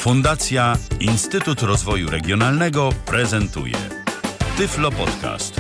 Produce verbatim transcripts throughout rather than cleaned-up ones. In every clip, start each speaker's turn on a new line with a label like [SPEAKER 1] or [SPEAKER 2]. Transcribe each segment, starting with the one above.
[SPEAKER 1] Fundacja Instytut Rozwoju Regionalnego prezentuje Tyflo Podcast.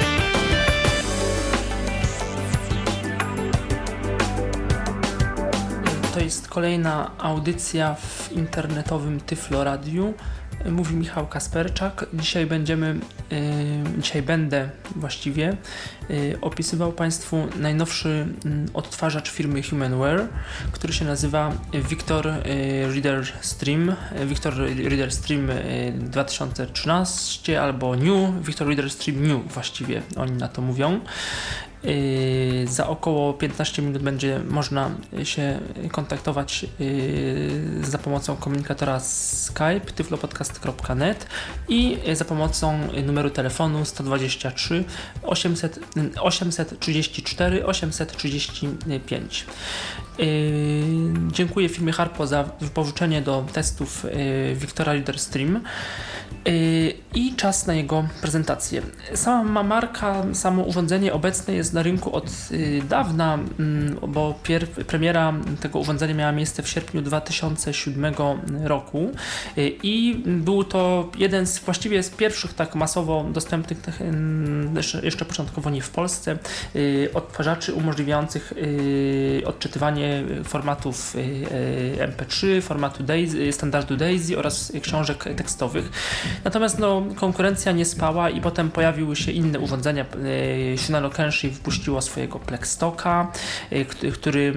[SPEAKER 2] To jest kolejna audycja w internetowym Tyflo Radiu. Mówi Michał Kasperczak. Dzisiaj będziemy, yy, dzisiaj będę właściwie yy, opisywał Państwu najnowszy yy, odtwarzacz firmy Humanware, który się nazywa Victor yy, Reader Stream. Victor Reader Stream yy, dwa tysiące trzynaście albo New, Victor Reader Stream New właściwie oni na to mówią. Yy, za około piętnaście minut będzie można się kontaktować yy, za pomocą komunikatora Skype tyflopodcast kropka net i za pomocą numeru telefonu sto dwadzieścia trzy osiemset trzydzieści cztery osiemset trzydzieści pięć. Yy, dziękuję firmie Harpo za wypożyczenie do testów yy, Victora Reader Stream. I czas na jego prezentację. Sama marka, samo urządzenie obecne jest na rynku od dawna, bo pier- premiera tego urządzenia miała miejsce w sierpniu dwa tysiące siódmego roku i był to jeden z właściwie z pierwszych tak masowo dostępnych, jeszcze, jeszcze początkowo nie w Polsce, odtwarzaczy umożliwiających odczytywanie formatów em pe trzy, formatu Daisy, standardu Daisy oraz książek tekstowych. Natomiast no, konkurencja nie spała i potem pojawiły się inne urządzenia. Shinano Kenshi wypuściło swojego Plexstocka, który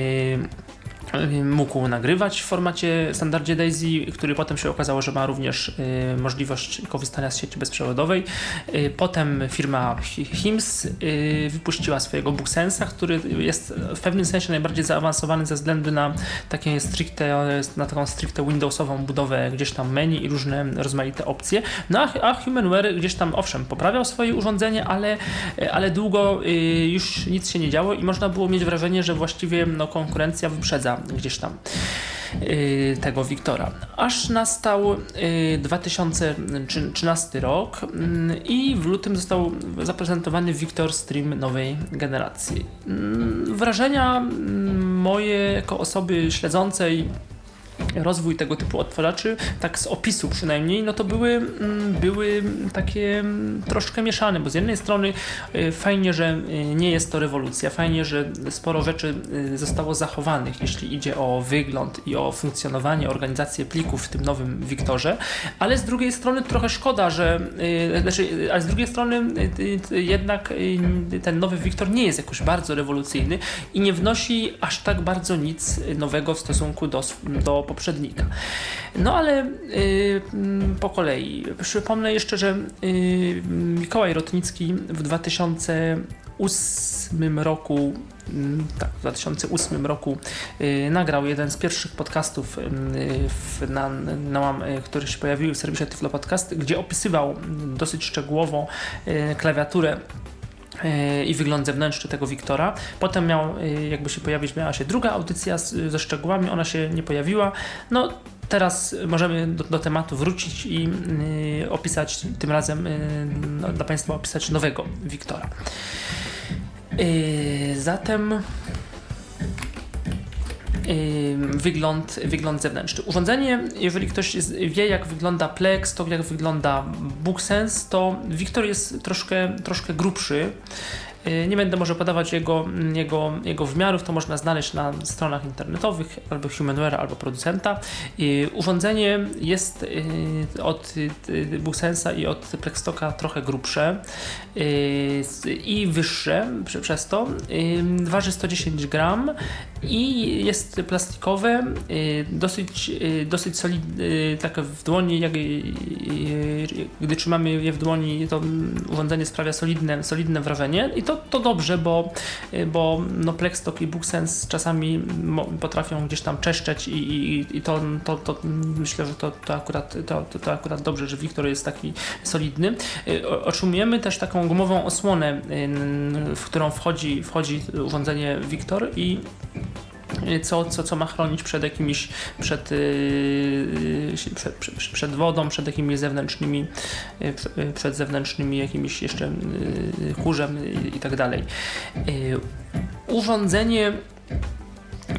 [SPEAKER 2] mógł nagrywać w formacie w standardzie Daisy, który potem się okazało, że ma również y, możliwość korzystania z sieci bezprzewodowej. Y, potem firma H I M S y, wypuściła swojego BookSense'a, który jest w pewnym sensie najbardziej zaawansowany ze względu na takie stricte, na taką stricte Windowsową budowę gdzieś tam menu i różne rozmaite opcje. No a, a Humanware gdzieś tam owszem poprawiał swoje urządzenie, ale, ale długo y, już nic się nie działo i można było mieć wrażenie, że właściwie no, konkurencja wyprzedza gdzieś tam yy, tego Wiktora. Aż nastał yy, dwa tysiące trzynasty rok yy, i w lutym został zaprezentowany Victor Stream nowej generacji. Yy, wrażenia yy, moje jako osoby śledzącej rozwój tego typu odtwarzaczy, tak z opisu przynajmniej, no to były, były takie troszkę mieszane, bo z jednej strony fajnie, że nie jest to rewolucja, fajnie, że sporo rzeczy zostało zachowanych, jeśli idzie o wygląd i o funkcjonowanie, organizację plików w tym nowym Wiktorze, ale z drugiej strony trochę szkoda, że znaczy, ale z drugiej strony jednak ten nowy Wiktor nie jest jakoś bardzo rewolucyjny i nie wnosi aż tak bardzo nic nowego w stosunku do, do poprzednika. No ale yy, po kolei. Przypomnę jeszcze, że yy, Mikołaj Rotnicki w dwa tysiące ósmym roku tak, w dwa tysiące ósmym roku yy, nagrał jeden z pierwszych podcastów, yy, w, na, na, yy, które się pojawiły w serwisie Tyflo Podcast, gdzie opisywał dosyć szczegółowo yy, klawiaturę i wygląd zewnętrzny tego Wiktora. Potem miał, jakby się pojawić, miała się druga audycja z, ze szczegółami, ona się nie pojawiła. No teraz możemy do, do tematu wrócić i y, opisać, tym razem y, no, dla Państwa opisać nowego Wiktora. Y, zatem Wygląd, wygląd zewnętrzny. Urządzenie, jeżeli ktoś wie, jak wygląda Plex, to jak wygląda BookSense, to Victor jest troszkę, troszkę grubszy. Nie będę może podawać jego, jego, jego wymiarów, to można znaleźć na stronach internetowych albo Humanware, albo producenta. Urządzenie jest od BookSense'a i od Plexstocka trochę grubsze i wyższe przez to. Waży sto dziesięć gram i jest plastikowe, dosyć, dosyć solidne, tak w dłoni, jak, gdy trzymamy je w dłoni, to urządzenie sprawia solidne, solidne wrażenie i to To dobrze, bo, bo no Plexstock i BookSense czasami potrafią gdzieś tam czeszczeć i, i, i to, to, to myślę, że to, to, akurat, to, to akurat dobrze, że Victor jest taki solidny. Otrzymujemy też taką gumową osłonę, w którą wchodzi, wchodzi urządzenie Victor i Co, co, co ma chronić przed jakimiś, przed, yy, przed, przed, przed wodą, przed jakimiś zewnętrznymi, yy, przed zewnętrznymi jakimiś jeszcze yy, kurzem i, i tak dalej. Yy, urządzenie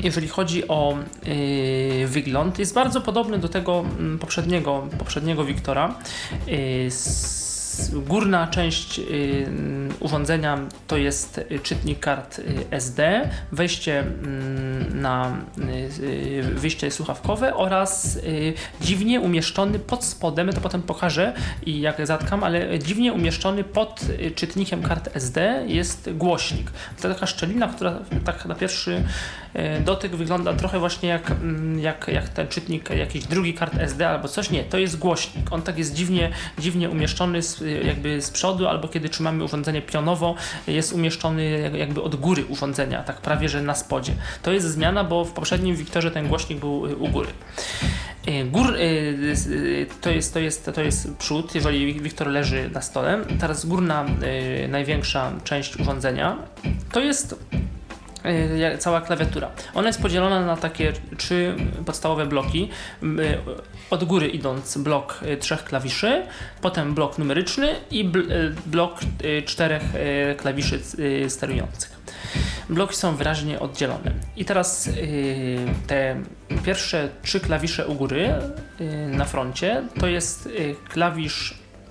[SPEAKER 2] jeżeli chodzi o yy, wygląd, jest bardzo podobny do tego yy, poprzedniego, poprzedniego Victora. Yy, Górna część y, urządzenia to jest czytnik kart S D, wejście y, na y, wyjście słuchawkowe oraz y, dziwnie umieszczony pod spodem, to potem pokażę i jak zatkam, ale dziwnie umieszczony pod czytnikiem kart S D jest głośnik. To taka szczelina, która tak na pierwszy y, dotyk wygląda trochę właśnie jak, y, jak, jak ten czytnik jakiś drugi kart S D albo coś. Nie, to jest głośnik. On tak jest dziwnie, dziwnie umieszczony z, jakby z przodu, albo kiedy trzymamy urządzenie pionowo, jest umieszczony jakby od góry urządzenia, tak prawie że na spodzie. To jest zmiana, bo w poprzednim Victorze ten głośnik był u góry. Gór, to jest, to jest, to jest przód, jeżeli Victor leży na stole. Teraz górna, największa część urządzenia to jest cała klawiatura. Ona jest podzielona na takie trzy podstawowe bloki. Od góry idąc blok trzech klawiszy, potem blok numeryczny i blok czterech klawiszy sterujących. Bloki są wyraźnie oddzielone. I teraz te pierwsze trzy klawisze u góry na froncie to jest klawisz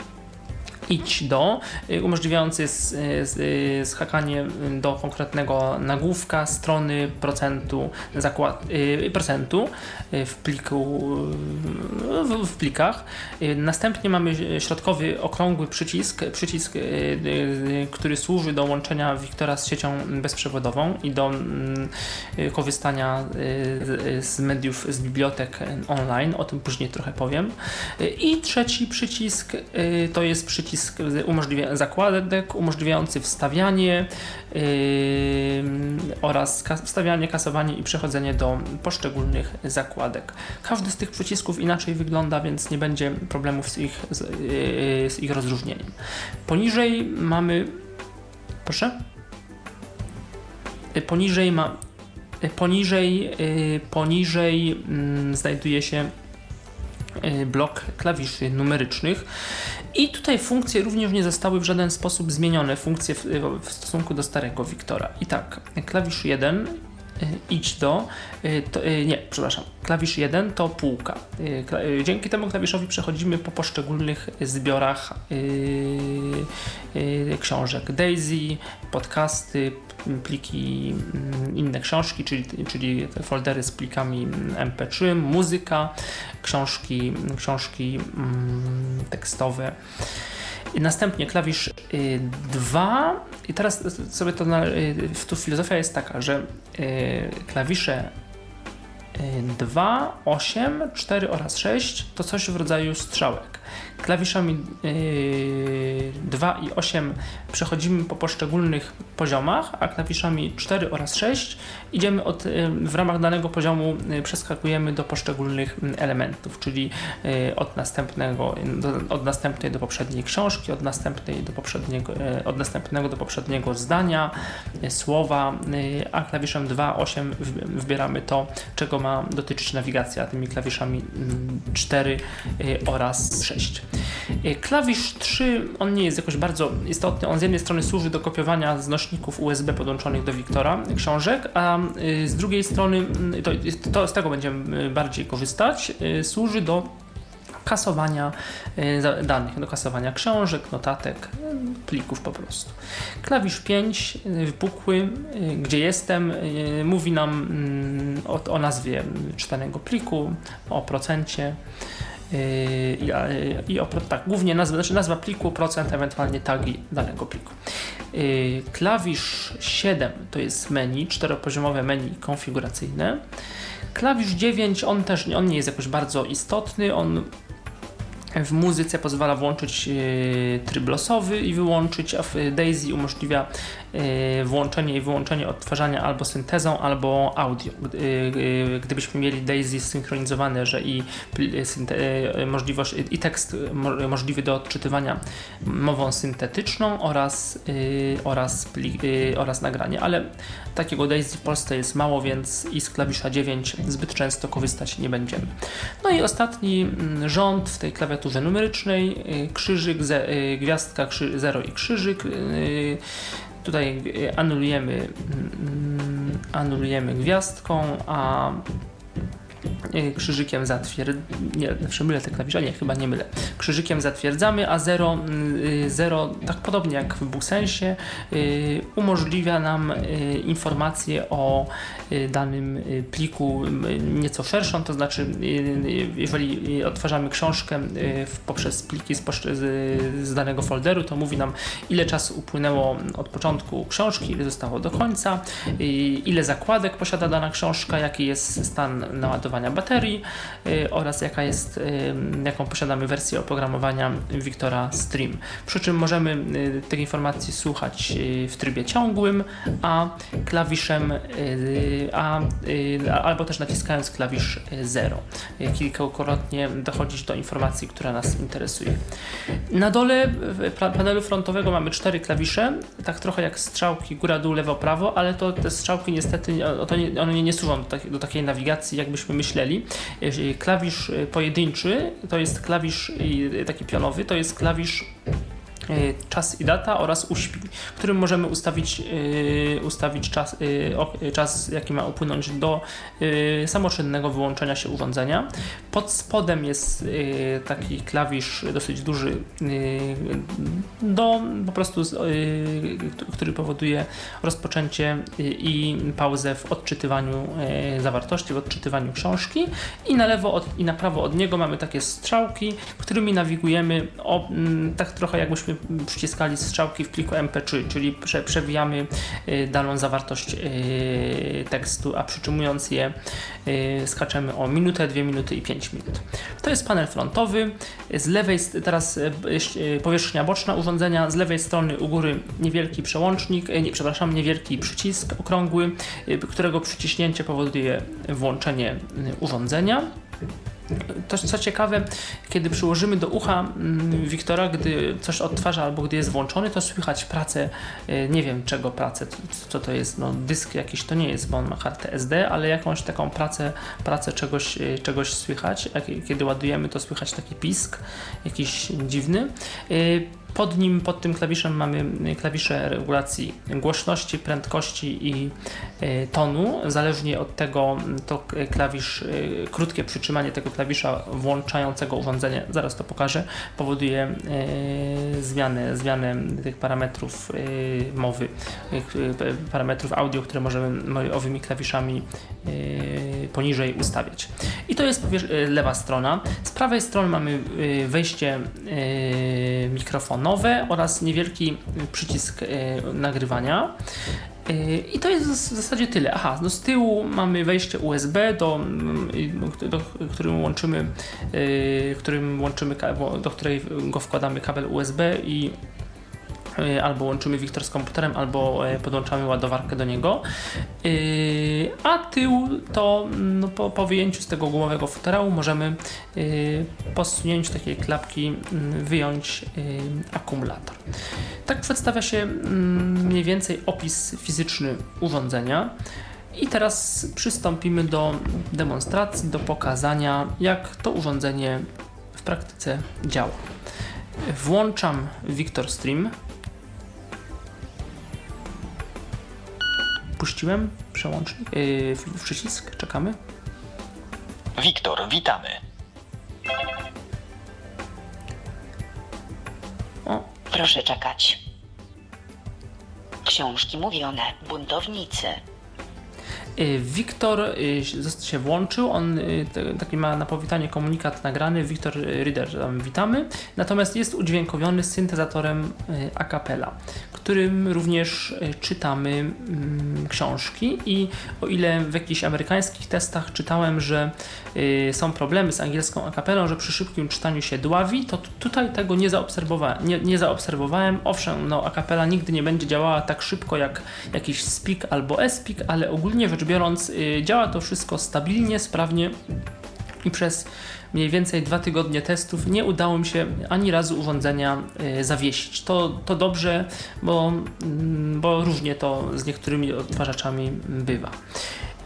[SPEAKER 2] idź do, umożliwiający z, z, skakanie do konkretnego nagłówka, strony, procentu, zakład, procentu w pliku, w, w plikach. Następnie mamy środkowy okrągły przycisk, przycisk, który służy do łączenia Victora z siecią bezprzewodową i do korzystania z mediów, z bibliotek online, o tym później trochę powiem. I trzeci przycisk to jest przycisk umożliwia, zakładek umożliwiający wstawianie yy, oraz kas- wstawianie, kasowanie i przechodzenie do poszczególnych zakładek. Każdy z tych przycisków inaczej wygląda, więc nie będzie problemów z ich, z, yy, z ich rozróżnieniem. Poniżej mamy... Proszę? Poniżej ma... Poniżej, yy, poniżej yy, znajduje się blok klawiszy numerycznych i tutaj funkcje również nie zostały w żaden sposób zmienione, funkcje w, w stosunku do starego Victora. I tak, klawisz jeden idź do, to, nie, przepraszam, klawisz jeden to półka. Dzięki temu klawiszowi przechodzimy po poszczególnych zbiorach yy, yy, książek. Daisy, podcasty, pliki, inne książki, czyli, czyli te foldery z plikami em pe trzy, muzyka, książki, książki mm, tekstowe. Następnie klawisz dwa i teraz sobie to, tu filozofia jest taka, że klawisze dwa, osiem, cztery oraz sześć to coś w rodzaju strzałek. Klawiszami yy, dwa i osiem przechodzimy po poszczególnych poziomach, a klawiszami cztery oraz sześć idziemy od, yy, w ramach danego poziomu yy, przeskakujemy do poszczególnych yy, elementów, czyli yy, od następnego do, od następnej do poprzedniej książki, od następnej do poprzedniego, yy, od następnego do poprzedniego zdania, yy, słowa, yy, a klawiszem dwa, osiem wybieramy to, czego ma dotyczyć nawigacja tymi klawiszami yy, cztery yy, oraz sześć. Klawisz trzy, on nie jest jakoś bardzo istotny, on z jednej strony służy do kopiowania z nośników U S B podłączonych do Victora książek, a z drugiej strony, to, to z tego będziemy bardziej korzystać, służy do kasowania danych, do kasowania książek, notatek, plików po prostu. Klawisz pięć, wypukły, gdzie jestem, mówi nam o, o nazwie czytanego pliku, o procencie, I, i o, tak, głównie nazwa, znaczy nazwa pliku, procent, ewentualnie tagi danego pliku. Yy, klawisz siedem to jest menu, czteropoziomowe menu konfiguracyjne. Klawisz dziewięć, on też on nie jest jakoś bardzo istotny, on w muzyce pozwala włączyć yy, tryb losowy i wyłączyć, a w Daisy umożliwia yy, włączenie i wyłączenie odtwarzania albo syntezą, albo audio. Yy, yy, gdybyśmy mieli Daisy synchronizowane, że i yy, możliwość i tekst mo, możliwy do odczytywania mową syntetyczną oraz, yy, oraz, pli, yy, oraz nagranie, ale takiego Daisy w Polsce jest mało, więc i z klawisza dziewięć zbyt często korzystać nie będziemy. No i ostatni rząd w tej klawiaturze klawiaturze numerycznej, krzyżyk, ze, gwiazdka, krzy, zero i krzyżyk. Tutaj anulujemy, anulujemy gwiazdką, a krzyżykiem zatwierdzamy, nie, zawsze mylę te klawisze, nie, chyba nie mylę, krzyżykiem zatwierdzamy, a zero, zero tak podobnie jak w BookSensie, umożliwia nam informację o danym pliku nieco szerszą, to znaczy jeżeli odtwarzamy książkę poprzez pliki z, z danego folderu, to mówi nam, ile czasu upłynęło od początku książki, ile zostało do końca, ile zakładek posiada dana książka, jaki jest stan naładowania baterii y, oraz jaka jest, y, jaką posiadamy wersję oprogramowania Victora Stream. Przy czym możemy y, tych informacji słuchać y, w trybie ciągłym, a klawiszem y, a, y, albo też naciskając klawisz zero. Y, kilkakrotnie dochodzić do informacji, która nas interesuje. Na dole panelu frontowego mamy cztery klawisze, tak trochę jak strzałki góra, dół, lewo, prawo, ale to te strzałki niestety to nie, one nie służą do, tak, do takiej nawigacji, jakbyśmy myśleli. Klawisz pojedynczy to jest klawisz taki pionowy, to jest klawisz czas i data oraz uśpi, którym możemy ustawić, yy, ustawić czas, yy, o, czas, jaki ma upłynąć do yy, samoczynnego wyłączenia się urządzenia. Pod spodem jest yy, taki klawisz dosyć duży, yy, do, po prostu, yy, który powoduje rozpoczęcie yy, i pauzę w odczytywaniu yy, zawartości, w odczytywaniu książki, i na lewo od, i na prawo od niego mamy takie strzałki, którymi nawigujemy o, yy, tak trochę jakbyśmy przyciskali strzałki w pliku em pe trzy, czyli prze, przewijamy y, daną zawartość y, tekstu, a przytrzymując je y, skaczemy o minutę, dwie minuty i pięć minut. To jest panel frontowy. Z lewej, teraz y, y, powierzchnia boczna urządzenia, z lewej strony u góry niewielki przełącznik, y, nie, przepraszam, niewielki przycisk okrągły, y, którego przyciśnięcie powoduje włączenie y, urządzenia. To, co ciekawe, kiedy przyłożymy do ucha Wiktora, gdy coś odtwarza albo gdy jest włączony, to słychać pracę, nie wiem czego pracę, co to jest, no dysk jakiś to nie jest, bo on ma kartę es de, ale jakąś taką pracę, pracę czegoś, czegoś słychać. Kiedy ładujemy, to słychać taki pisk jakiś dziwny. Pod nim, pod tym klawiszem mamy klawisze regulacji głośności, prędkości i y, tonu. Zależnie od tego to klawisz, y, krótkie przytrzymanie tego klawisza włączającego urządzenie, zaraz to pokażę, powoduje y, zmianę, zmianę tych parametrów y, mowy, y, parametrów audio, które możemy owymi klawiszami y, poniżej ustawiać. I to jest y, lewa strona. Z prawej strony mamy y, wejście y, mikrofonu oraz niewielki przycisk y, nagrywania. Y, I to jest w zasadzie tyle. Aha, no z tyłu mamy wejście u es be, do, do, do którym łączymy, y, którym łączymy, do którego wkładamy kabel u es be i albo łączymy Wiktor z komputerem, albo podłączamy ładowarkę do niego. Yy, a tył to no, po, po wyjęciu z tego gumowego futerału możemy yy, po sunięciu takiej klapki yy, wyjąć yy, akumulator. Tak przedstawia się yy, mniej więcej opis fizyczny urządzenia. I teraz przystąpimy do demonstracji, do pokazania, jak to urządzenie w praktyce działa. Włączam Victor Stream. Puściłem przełącznik, yy, przycisk, czekamy.
[SPEAKER 3] Wiktor, witamy.
[SPEAKER 2] O.
[SPEAKER 4] Proszę czekać. Książki mówione, buntownicy.
[SPEAKER 2] Wiktor się włączył, on taki ma na powitanie komunikat nagrany, Victor Reader, tam witamy, natomiast jest udźwiękowiony syntezatorem a cappella, którym również czytamy książki, i o ile w jakichś amerykańskich testach czytałem, że są problemy z angielską a cappellą, że przy szybkim czytaniu się dławi, to tutaj tego nie zaobserwowałem. Nie, nie zaobserwowałem. Owszem, no a cappella nigdy nie będzie działała tak szybko jak jakiś speak albo e-speak, ale ogólnie rzecz biorąc yy, działa to wszystko stabilnie, sprawnie i przez mniej więcej dwa tygodnie testów nie udało mi się ani razu urządzenia yy, zawiesić. To, to dobrze, bo, yy, bo różnie to z niektórymi odtwarzaczami bywa.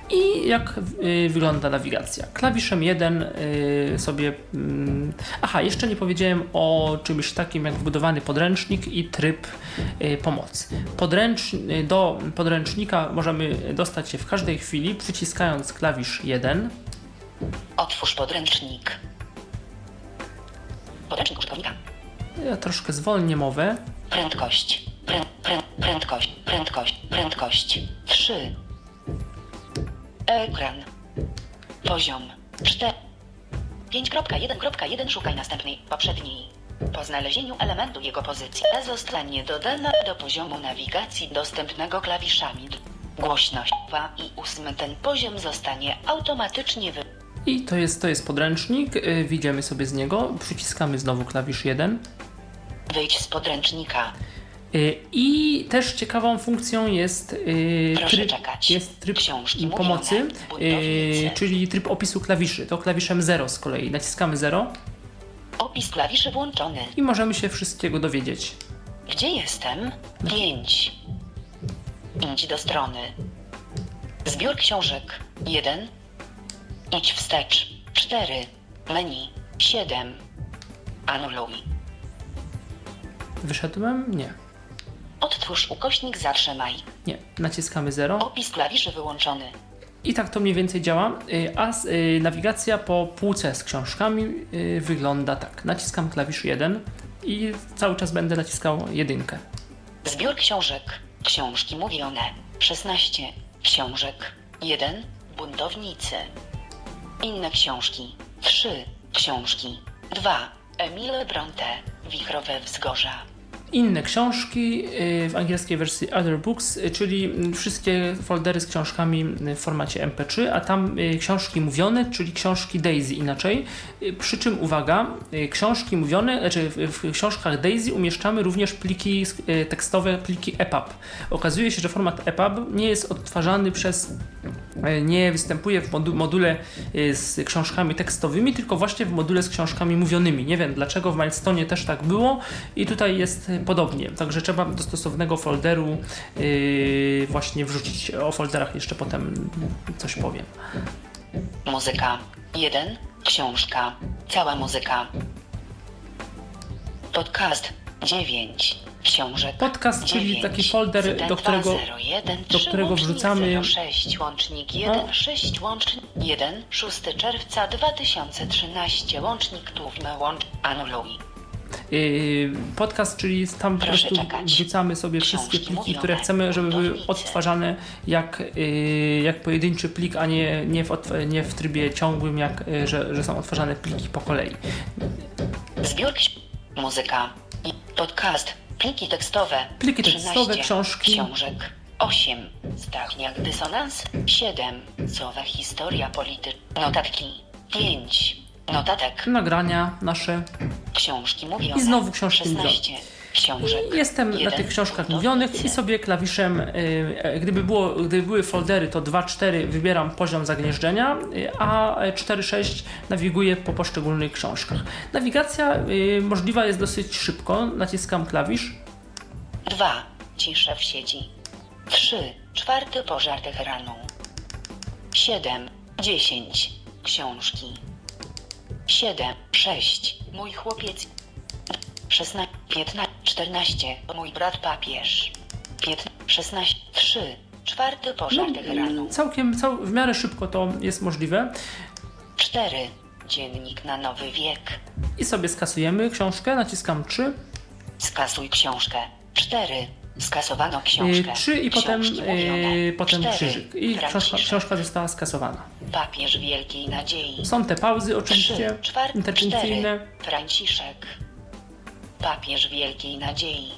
[SPEAKER 2] I jak y, wygląda nawigacja? Klawiszem jeden y, sobie... Y, aha, jeszcze nie powiedziałem o czymś takim jak wbudowany podręcznik i tryb y, pomocy. Podręcz, y, do podręcznika możemy dostać się w każdej chwili, przyciskając klawisz jeden.
[SPEAKER 4] Otwórz podręcznik. Podręcznik użytkownika.
[SPEAKER 2] Ja troszkę zwolnię mowę.
[SPEAKER 4] Prędkość. Prę, prę, prędkość. Prędkość. Prędkość. trzy. Ekran. Poziom. cztery. pięć kropka jeden kropka jeden. Szukaj następnej, poprzedniej. Po znalezieniu elementu jego pozycji E zostanie dodana do poziomu nawigacji dostępnego klawiszami. Głośność dwa i osiem. Ten poziom zostanie automatycznie wy...
[SPEAKER 2] I to jest, to jest podręcznik. Yy, wyjdziemy sobie z niego. Przyciskamy znowu klawisz jeden.
[SPEAKER 4] Wyjdź z podręcznika.
[SPEAKER 2] I też ciekawą funkcją jest yy, tryb, jest tryb
[SPEAKER 4] Książki
[SPEAKER 2] pomocy,
[SPEAKER 4] mówione,
[SPEAKER 2] yy, czyli tryb opisu klawiszy. To klawiszem zero z kolei. Naciskamy zero.
[SPEAKER 4] Opis klawiszy włączony.
[SPEAKER 2] I możemy się wszystkiego dowiedzieć.
[SPEAKER 4] Gdzie jestem? pięć. Idź do strony. Zbiór książek. jeden. Idź wstecz. cztery. Menu. siedem. Anuluj.
[SPEAKER 2] Wyszedłem? Nie.
[SPEAKER 4] Odtwórz ukośnik zatrzymaj.
[SPEAKER 2] Nie. Naciskamy zero.
[SPEAKER 4] Opis klawiszy wyłączony.
[SPEAKER 2] I tak to mniej więcej działa. A nawigacja po półce z książkami wygląda tak. Naciskam klawisz jeden i cały czas będę naciskał jedynkę.
[SPEAKER 4] Zbiór książek. Książki mówione. szesnaście. Książek. jeden. Buntownicy. Inne książki. trzy. Książki. dwa. Emile Bronte. Wichrowe wzgórza.
[SPEAKER 2] Inne książki w angielskiej wersji Other Books, czyli wszystkie foldery z książkami w formacie em pe trzy, a tam książki mówione, czyli książki Daisy inaczej. Przy czym uwaga, książki mówione, znaczy w książkach Daisy umieszczamy również pliki tekstowe, pliki E P U B. Okazuje się, że format E P U B nie jest odtwarzany przez, nie występuje w module z książkami tekstowymi, tylko właśnie w module z książkami mówionymi. Nie wiem dlaczego, w Milestone też tak było i tutaj jest podobnie, także trzeba do stosownego folderu yy, właśnie wrzucić. O folderach jeszcze potem coś powiem.
[SPEAKER 4] Muzyka. jeden. Książka. Cała muzyka. Podcast. dziewięć. Książek.
[SPEAKER 2] Podcast, czyli
[SPEAKER 4] dziewięć.
[SPEAKER 2] taki folder, do którego, do którego wrzucamy...
[SPEAKER 4] sześć, łącznik jeden, sześć, łącznik jeden, szóstego czerwca dwa tysiące trzynastego, łącznik tłówny, łącz... Anuluj.
[SPEAKER 2] Podcast, czyli tam po prostu wrzucamy sobie wszystkie pliki, które chcemy, żeby były odtwarzane jak, jak pojedynczy plik, a nie, nie, w, nie w trybie ciągłym, jak, że, że są odtwarzane pliki po kolei.
[SPEAKER 4] Zbiór muzyka, podcast, pliki tekstowe,
[SPEAKER 2] pliki tekstowe, książki,
[SPEAKER 4] książek, osiem, Stachniak dysonans, siedem, Słowa historia polityczna, notatki, pięć, notatek,
[SPEAKER 2] nagrania nasze,
[SPEAKER 4] książki mówione,
[SPEAKER 2] i znowu książki mówione.
[SPEAKER 4] Książek.
[SPEAKER 2] Jestem
[SPEAKER 4] jeden,
[SPEAKER 2] na tych książkach mówionych i sobie klawiszem, y, gdyby, było, gdyby były foldery, to dwa cztery wybieram poziom zagnieżdżenia, y, a cztery sześć nawiguję po poszczególnych książkach. Nawigacja y, możliwa jest dosyć szybko. Naciskam klawisz.
[SPEAKER 4] dwa. Cisza w sieci. trzy. Czwarty pożar Teheranu. siedem. dziesięć. Książki. siedem. sześć. Mój chłopiec. szesnaście, piętnaście, czternaście. Mój brat papież. piętnaście, szesnaście, trzy. Czwarty pożar no, Teheranu.
[SPEAKER 2] Całkiem, cał, w miarę szybko to jest możliwe.
[SPEAKER 4] cztery. Dziennik na nowy wiek.
[SPEAKER 2] I sobie skasujemy książkę. Naciskam trzy.
[SPEAKER 4] Skasuj książkę. cztery. Skasowano książkę.
[SPEAKER 2] trzy i potem, yy, potem krzyżyk. I książka, książka została skasowana.
[SPEAKER 4] Papież Wielkiej Nadziei.
[SPEAKER 2] Są te pauzy oczywiście
[SPEAKER 4] trzy,
[SPEAKER 2] interpunkcyjne.
[SPEAKER 4] Franciszek. Papież Wielkiej Nadziei.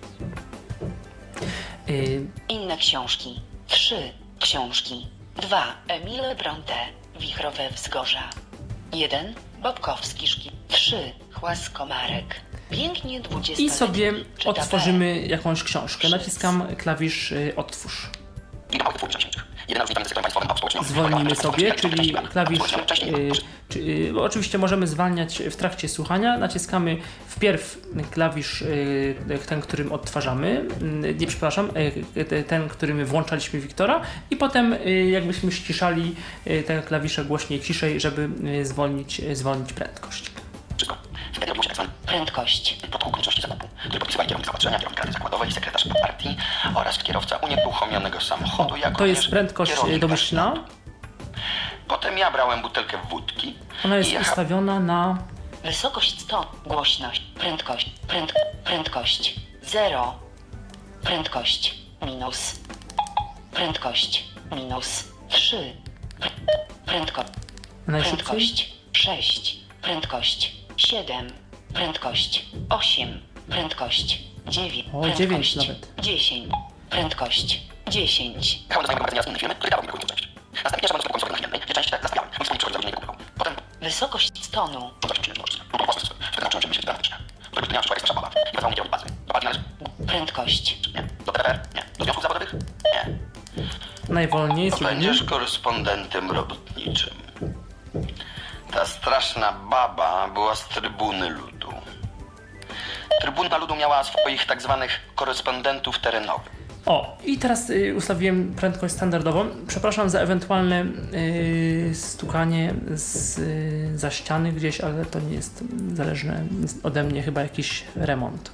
[SPEAKER 2] Yy.
[SPEAKER 4] Inne książki. trzy. Książki. dwa. Emile Bronte. Wichrowe wzgórza. jeden. Bobkowski szkip. trzy. Chłas Komarek. Pięknie dwudziestoletni.
[SPEAKER 2] I sobie otworzymy jakąś książkę. Naciskam klawisz y, otwórz. Zwolnimy sobie, czyli klawisz y, Czy, bo oczywiście możemy zwalniać w trakcie słuchania. Naciskamy wpierw klawisz ten, którym odtwarzamy, nie przepraszam, ten, którym włączaliśmy Wiktora i potem jakbyśmy ściszali te klawisze głośniej, ciszej, żeby zwolnić, zwolnić prędkość.
[SPEAKER 3] Prędkość. Protokół konieczności zakupu, który podpisywali kierownik zaopatrzenia, kierownik rady zakładowej, sekretarz partii oraz kierowca unieruchomionego samochodu.
[SPEAKER 2] O, to jest prędkość domyślna.
[SPEAKER 3] Potem ja brałem butelkę wódki.
[SPEAKER 2] Ona jest
[SPEAKER 3] i jecha...
[SPEAKER 2] ustawiona na...
[SPEAKER 4] Wysokość sto, głośność, prędkość, pręd, prędkość, zero, prędkość, minus, prędkość, minus, trzy, prędko, prędkość, sześć, prędkość, siedem, prędkość, osiem, prędkość, dziewięć,
[SPEAKER 2] o,
[SPEAKER 4] prędkość,
[SPEAKER 2] dziewięć nawet.
[SPEAKER 4] dziesięć, prędkość, dziesięć.
[SPEAKER 3] Jechałem do znajomego magazynu z innej firmy, który dawał mi taką część. Następnie trzeba do sklepu konsolowego nachmiennej, gdzie część te zastawiałem. Mam wspomnieć przechodzić za godzinę i Potem...
[SPEAKER 4] Wysokość stonu.
[SPEAKER 3] Wtedy nauczyłem się myśleć dydaktyczne. Którego dnia przyszła ekstra baba i wezwał mnie kierownik bazy. Do partii należy?
[SPEAKER 4] Prędkość.
[SPEAKER 3] Nie. Do P R? Nie. Do związków zawodowych? Nie.
[SPEAKER 2] Najwolniej jest
[SPEAKER 3] Będziesz korespondentem robotniczym. Ta straszna baba była z Trybuny Ludu. Trybuna Ludu miała swoich tak zwanych korespondentów terenowych.
[SPEAKER 2] O, i teraz y, ustawiłem prędkość standardową. Przepraszam za ewentualne y, stukanie z, y, za ściany gdzieś, ale to nie jest zależne ode mnie, chyba jakiś remont.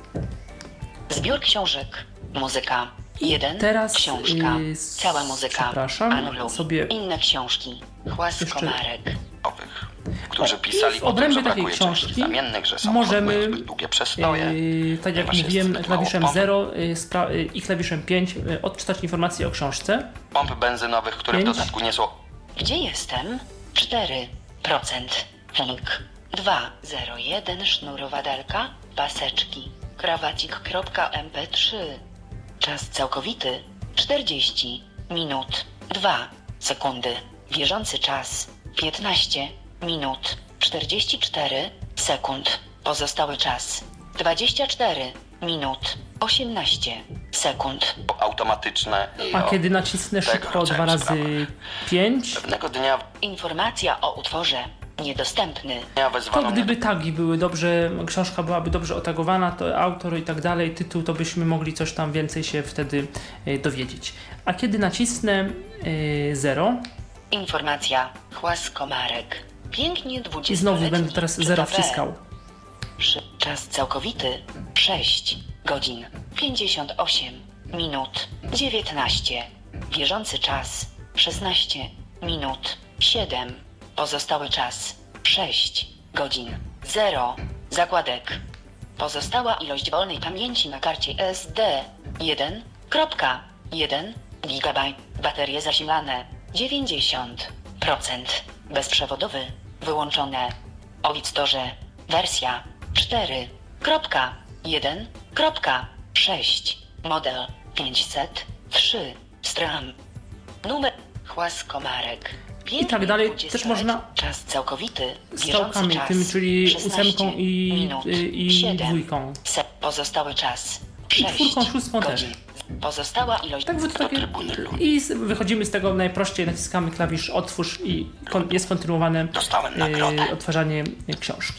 [SPEAKER 4] Zbiór książek. Muzyka. Jeden.
[SPEAKER 2] Teraz,
[SPEAKER 4] książka.
[SPEAKER 2] y,
[SPEAKER 4] Cała muzyka.
[SPEAKER 2] przepraszam,
[SPEAKER 4] Anulu.
[SPEAKER 2] sobie
[SPEAKER 4] Inne książki. Chłas
[SPEAKER 2] jeszcze-
[SPEAKER 4] Komarek.
[SPEAKER 3] Owych, którzy
[SPEAKER 2] O,
[SPEAKER 3] pisali
[SPEAKER 2] i w
[SPEAKER 3] o tym,
[SPEAKER 2] obrębie
[SPEAKER 3] że
[SPEAKER 2] takiej
[SPEAKER 3] brakuje części
[SPEAKER 2] książki
[SPEAKER 3] zamiennych, że są
[SPEAKER 2] możemy,
[SPEAKER 3] zbyt długie przestoje.
[SPEAKER 2] Yy, tak jak
[SPEAKER 3] ponieważ jest
[SPEAKER 2] mówiłem,
[SPEAKER 3] zbyt mało
[SPEAKER 2] klawiszem
[SPEAKER 3] pomp.
[SPEAKER 2] zero yy, spra- yy, i klawiszem pięć yy, odczytać informacje o książce.
[SPEAKER 3] Pomp benzynowych, które w
[SPEAKER 2] Pięć.
[SPEAKER 3] dodatku nie są...
[SPEAKER 4] Gdzie jestem? cztery procent. Link. dwa zero jeden. Sznurowadelka. Paseczki. Krawacik.em pe trzy. Czas całkowity. czterdzieści minut. dwa sekundy. Bieżący czas. piętnaście minut. czterdzieści cztery sekund. Pozostały czas. dwadzieścia cztery minut. osiemnaście sekund.
[SPEAKER 3] automatyczne i
[SPEAKER 2] A
[SPEAKER 3] o
[SPEAKER 2] kiedy nacisnę
[SPEAKER 3] tego
[SPEAKER 2] szybko
[SPEAKER 3] rodzaju
[SPEAKER 2] dwa razy
[SPEAKER 3] sprawach.
[SPEAKER 2] pięć,
[SPEAKER 3] Pewnego dnia,
[SPEAKER 4] Informacja o utworze. Niedostępny.
[SPEAKER 3] dnia
[SPEAKER 2] to
[SPEAKER 3] wezwano mnie
[SPEAKER 2] gdyby tagi były dobrze, książka byłaby dobrze otagowana, to autor i tak dalej, tytuł, to byśmy mogli coś tam więcej się wtedy yy, dowiedzieć. A kiedy nacisnę yy, zero
[SPEAKER 4] Informacja. Chłas Komarek. Pięknie
[SPEAKER 2] i
[SPEAKER 4] dwudziestoletni.
[SPEAKER 2] znowu będę teraz zero
[SPEAKER 4] Czyta B.
[SPEAKER 2] wciskał.
[SPEAKER 4] Przy- Czas całkowity. sześć godzin. pięćdziesiąt osiem minut. dziewiętnaście. Bieżący czas. szesnaście minut. siedem. Pozostały czas. sześć godzin. zero. Zakładek. Pozostała ilość wolnej pamięci na karcie S D. jeden przecinek jeden gigabajt. Baterie zasilane. dziewięćdziesiąt procent. Bezprzewodowy. Wyłączone. O Wiktorze. Wersja cztery przecinek jeden przecinek sześć. Model pięćset trzy. Stram. Numer. Chłas Komarek.
[SPEAKER 2] I tak dalej. Też można
[SPEAKER 4] Czas całkowity.
[SPEAKER 2] z
[SPEAKER 4] Bieżący
[SPEAKER 2] strzałkami
[SPEAKER 4] czas.
[SPEAKER 2] tymi, czyli
[SPEAKER 4] szesnaście
[SPEAKER 2] ósemką i,
[SPEAKER 4] minut.
[SPEAKER 2] i, i
[SPEAKER 4] siedem.
[SPEAKER 2] dwójką.
[SPEAKER 4] Se- Pozostały czas.
[SPEAKER 2] I
[SPEAKER 4] sześć
[SPEAKER 2] czwórką, szóstką też.
[SPEAKER 4] godzin. Pozostała ilość.
[SPEAKER 2] Tak, to takie,
[SPEAKER 3] Trybuny Ludu.
[SPEAKER 2] i z- wychodzimy z tego najprościej, naciskamy klawisz otwórz i kon, jest kontynuowane
[SPEAKER 3] Dostałem nagrodę.
[SPEAKER 2] e, odtwarzanie e, książki.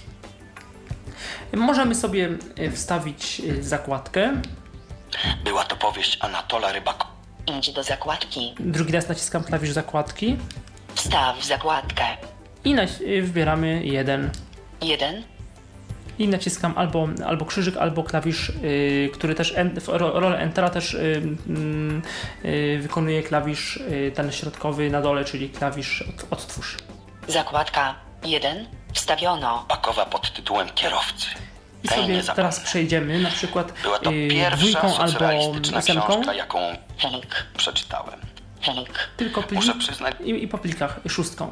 [SPEAKER 2] Możemy sobie e, wstawić e, zakładkę.
[SPEAKER 3] Była to powieść Anatola Rybaka.
[SPEAKER 4] Idź do zakładki.
[SPEAKER 2] Drugi raz naciskam klawisz zakładki
[SPEAKER 4] Wstaw zakładkę.
[SPEAKER 2] i naci- e, wybieramy jeden.
[SPEAKER 4] jeden.
[SPEAKER 2] I naciskam albo, albo krzyżyk, albo klawisz, y, który też en, w ro, rolę Entera też y, y, y, wykonuje klawisz y, ten środkowy na dole, czyli klawisz od, odtwórz.
[SPEAKER 4] Zakładka jeden. Wstawiono.
[SPEAKER 3] Bakowa pod tytułem Kierowcy.
[SPEAKER 2] I
[SPEAKER 3] Tej
[SPEAKER 2] sobie
[SPEAKER 3] nie zapomnę.
[SPEAKER 2] teraz przejdziemy na przykład
[SPEAKER 3] Była to
[SPEAKER 2] y,
[SPEAKER 3] pierwsza
[SPEAKER 2] dwójką albo
[SPEAKER 3] socrealistyczna
[SPEAKER 2] ósemką,
[SPEAKER 3] książka, jaką
[SPEAKER 4] Link.
[SPEAKER 3] przeczytałem.
[SPEAKER 4] Link.
[SPEAKER 2] tylko plik
[SPEAKER 3] Muszę przyznać,
[SPEAKER 2] i, i po plikach szóstką.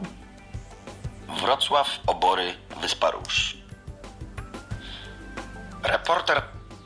[SPEAKER 3] Wrocław, Obory, Wyspa Róż. Reporter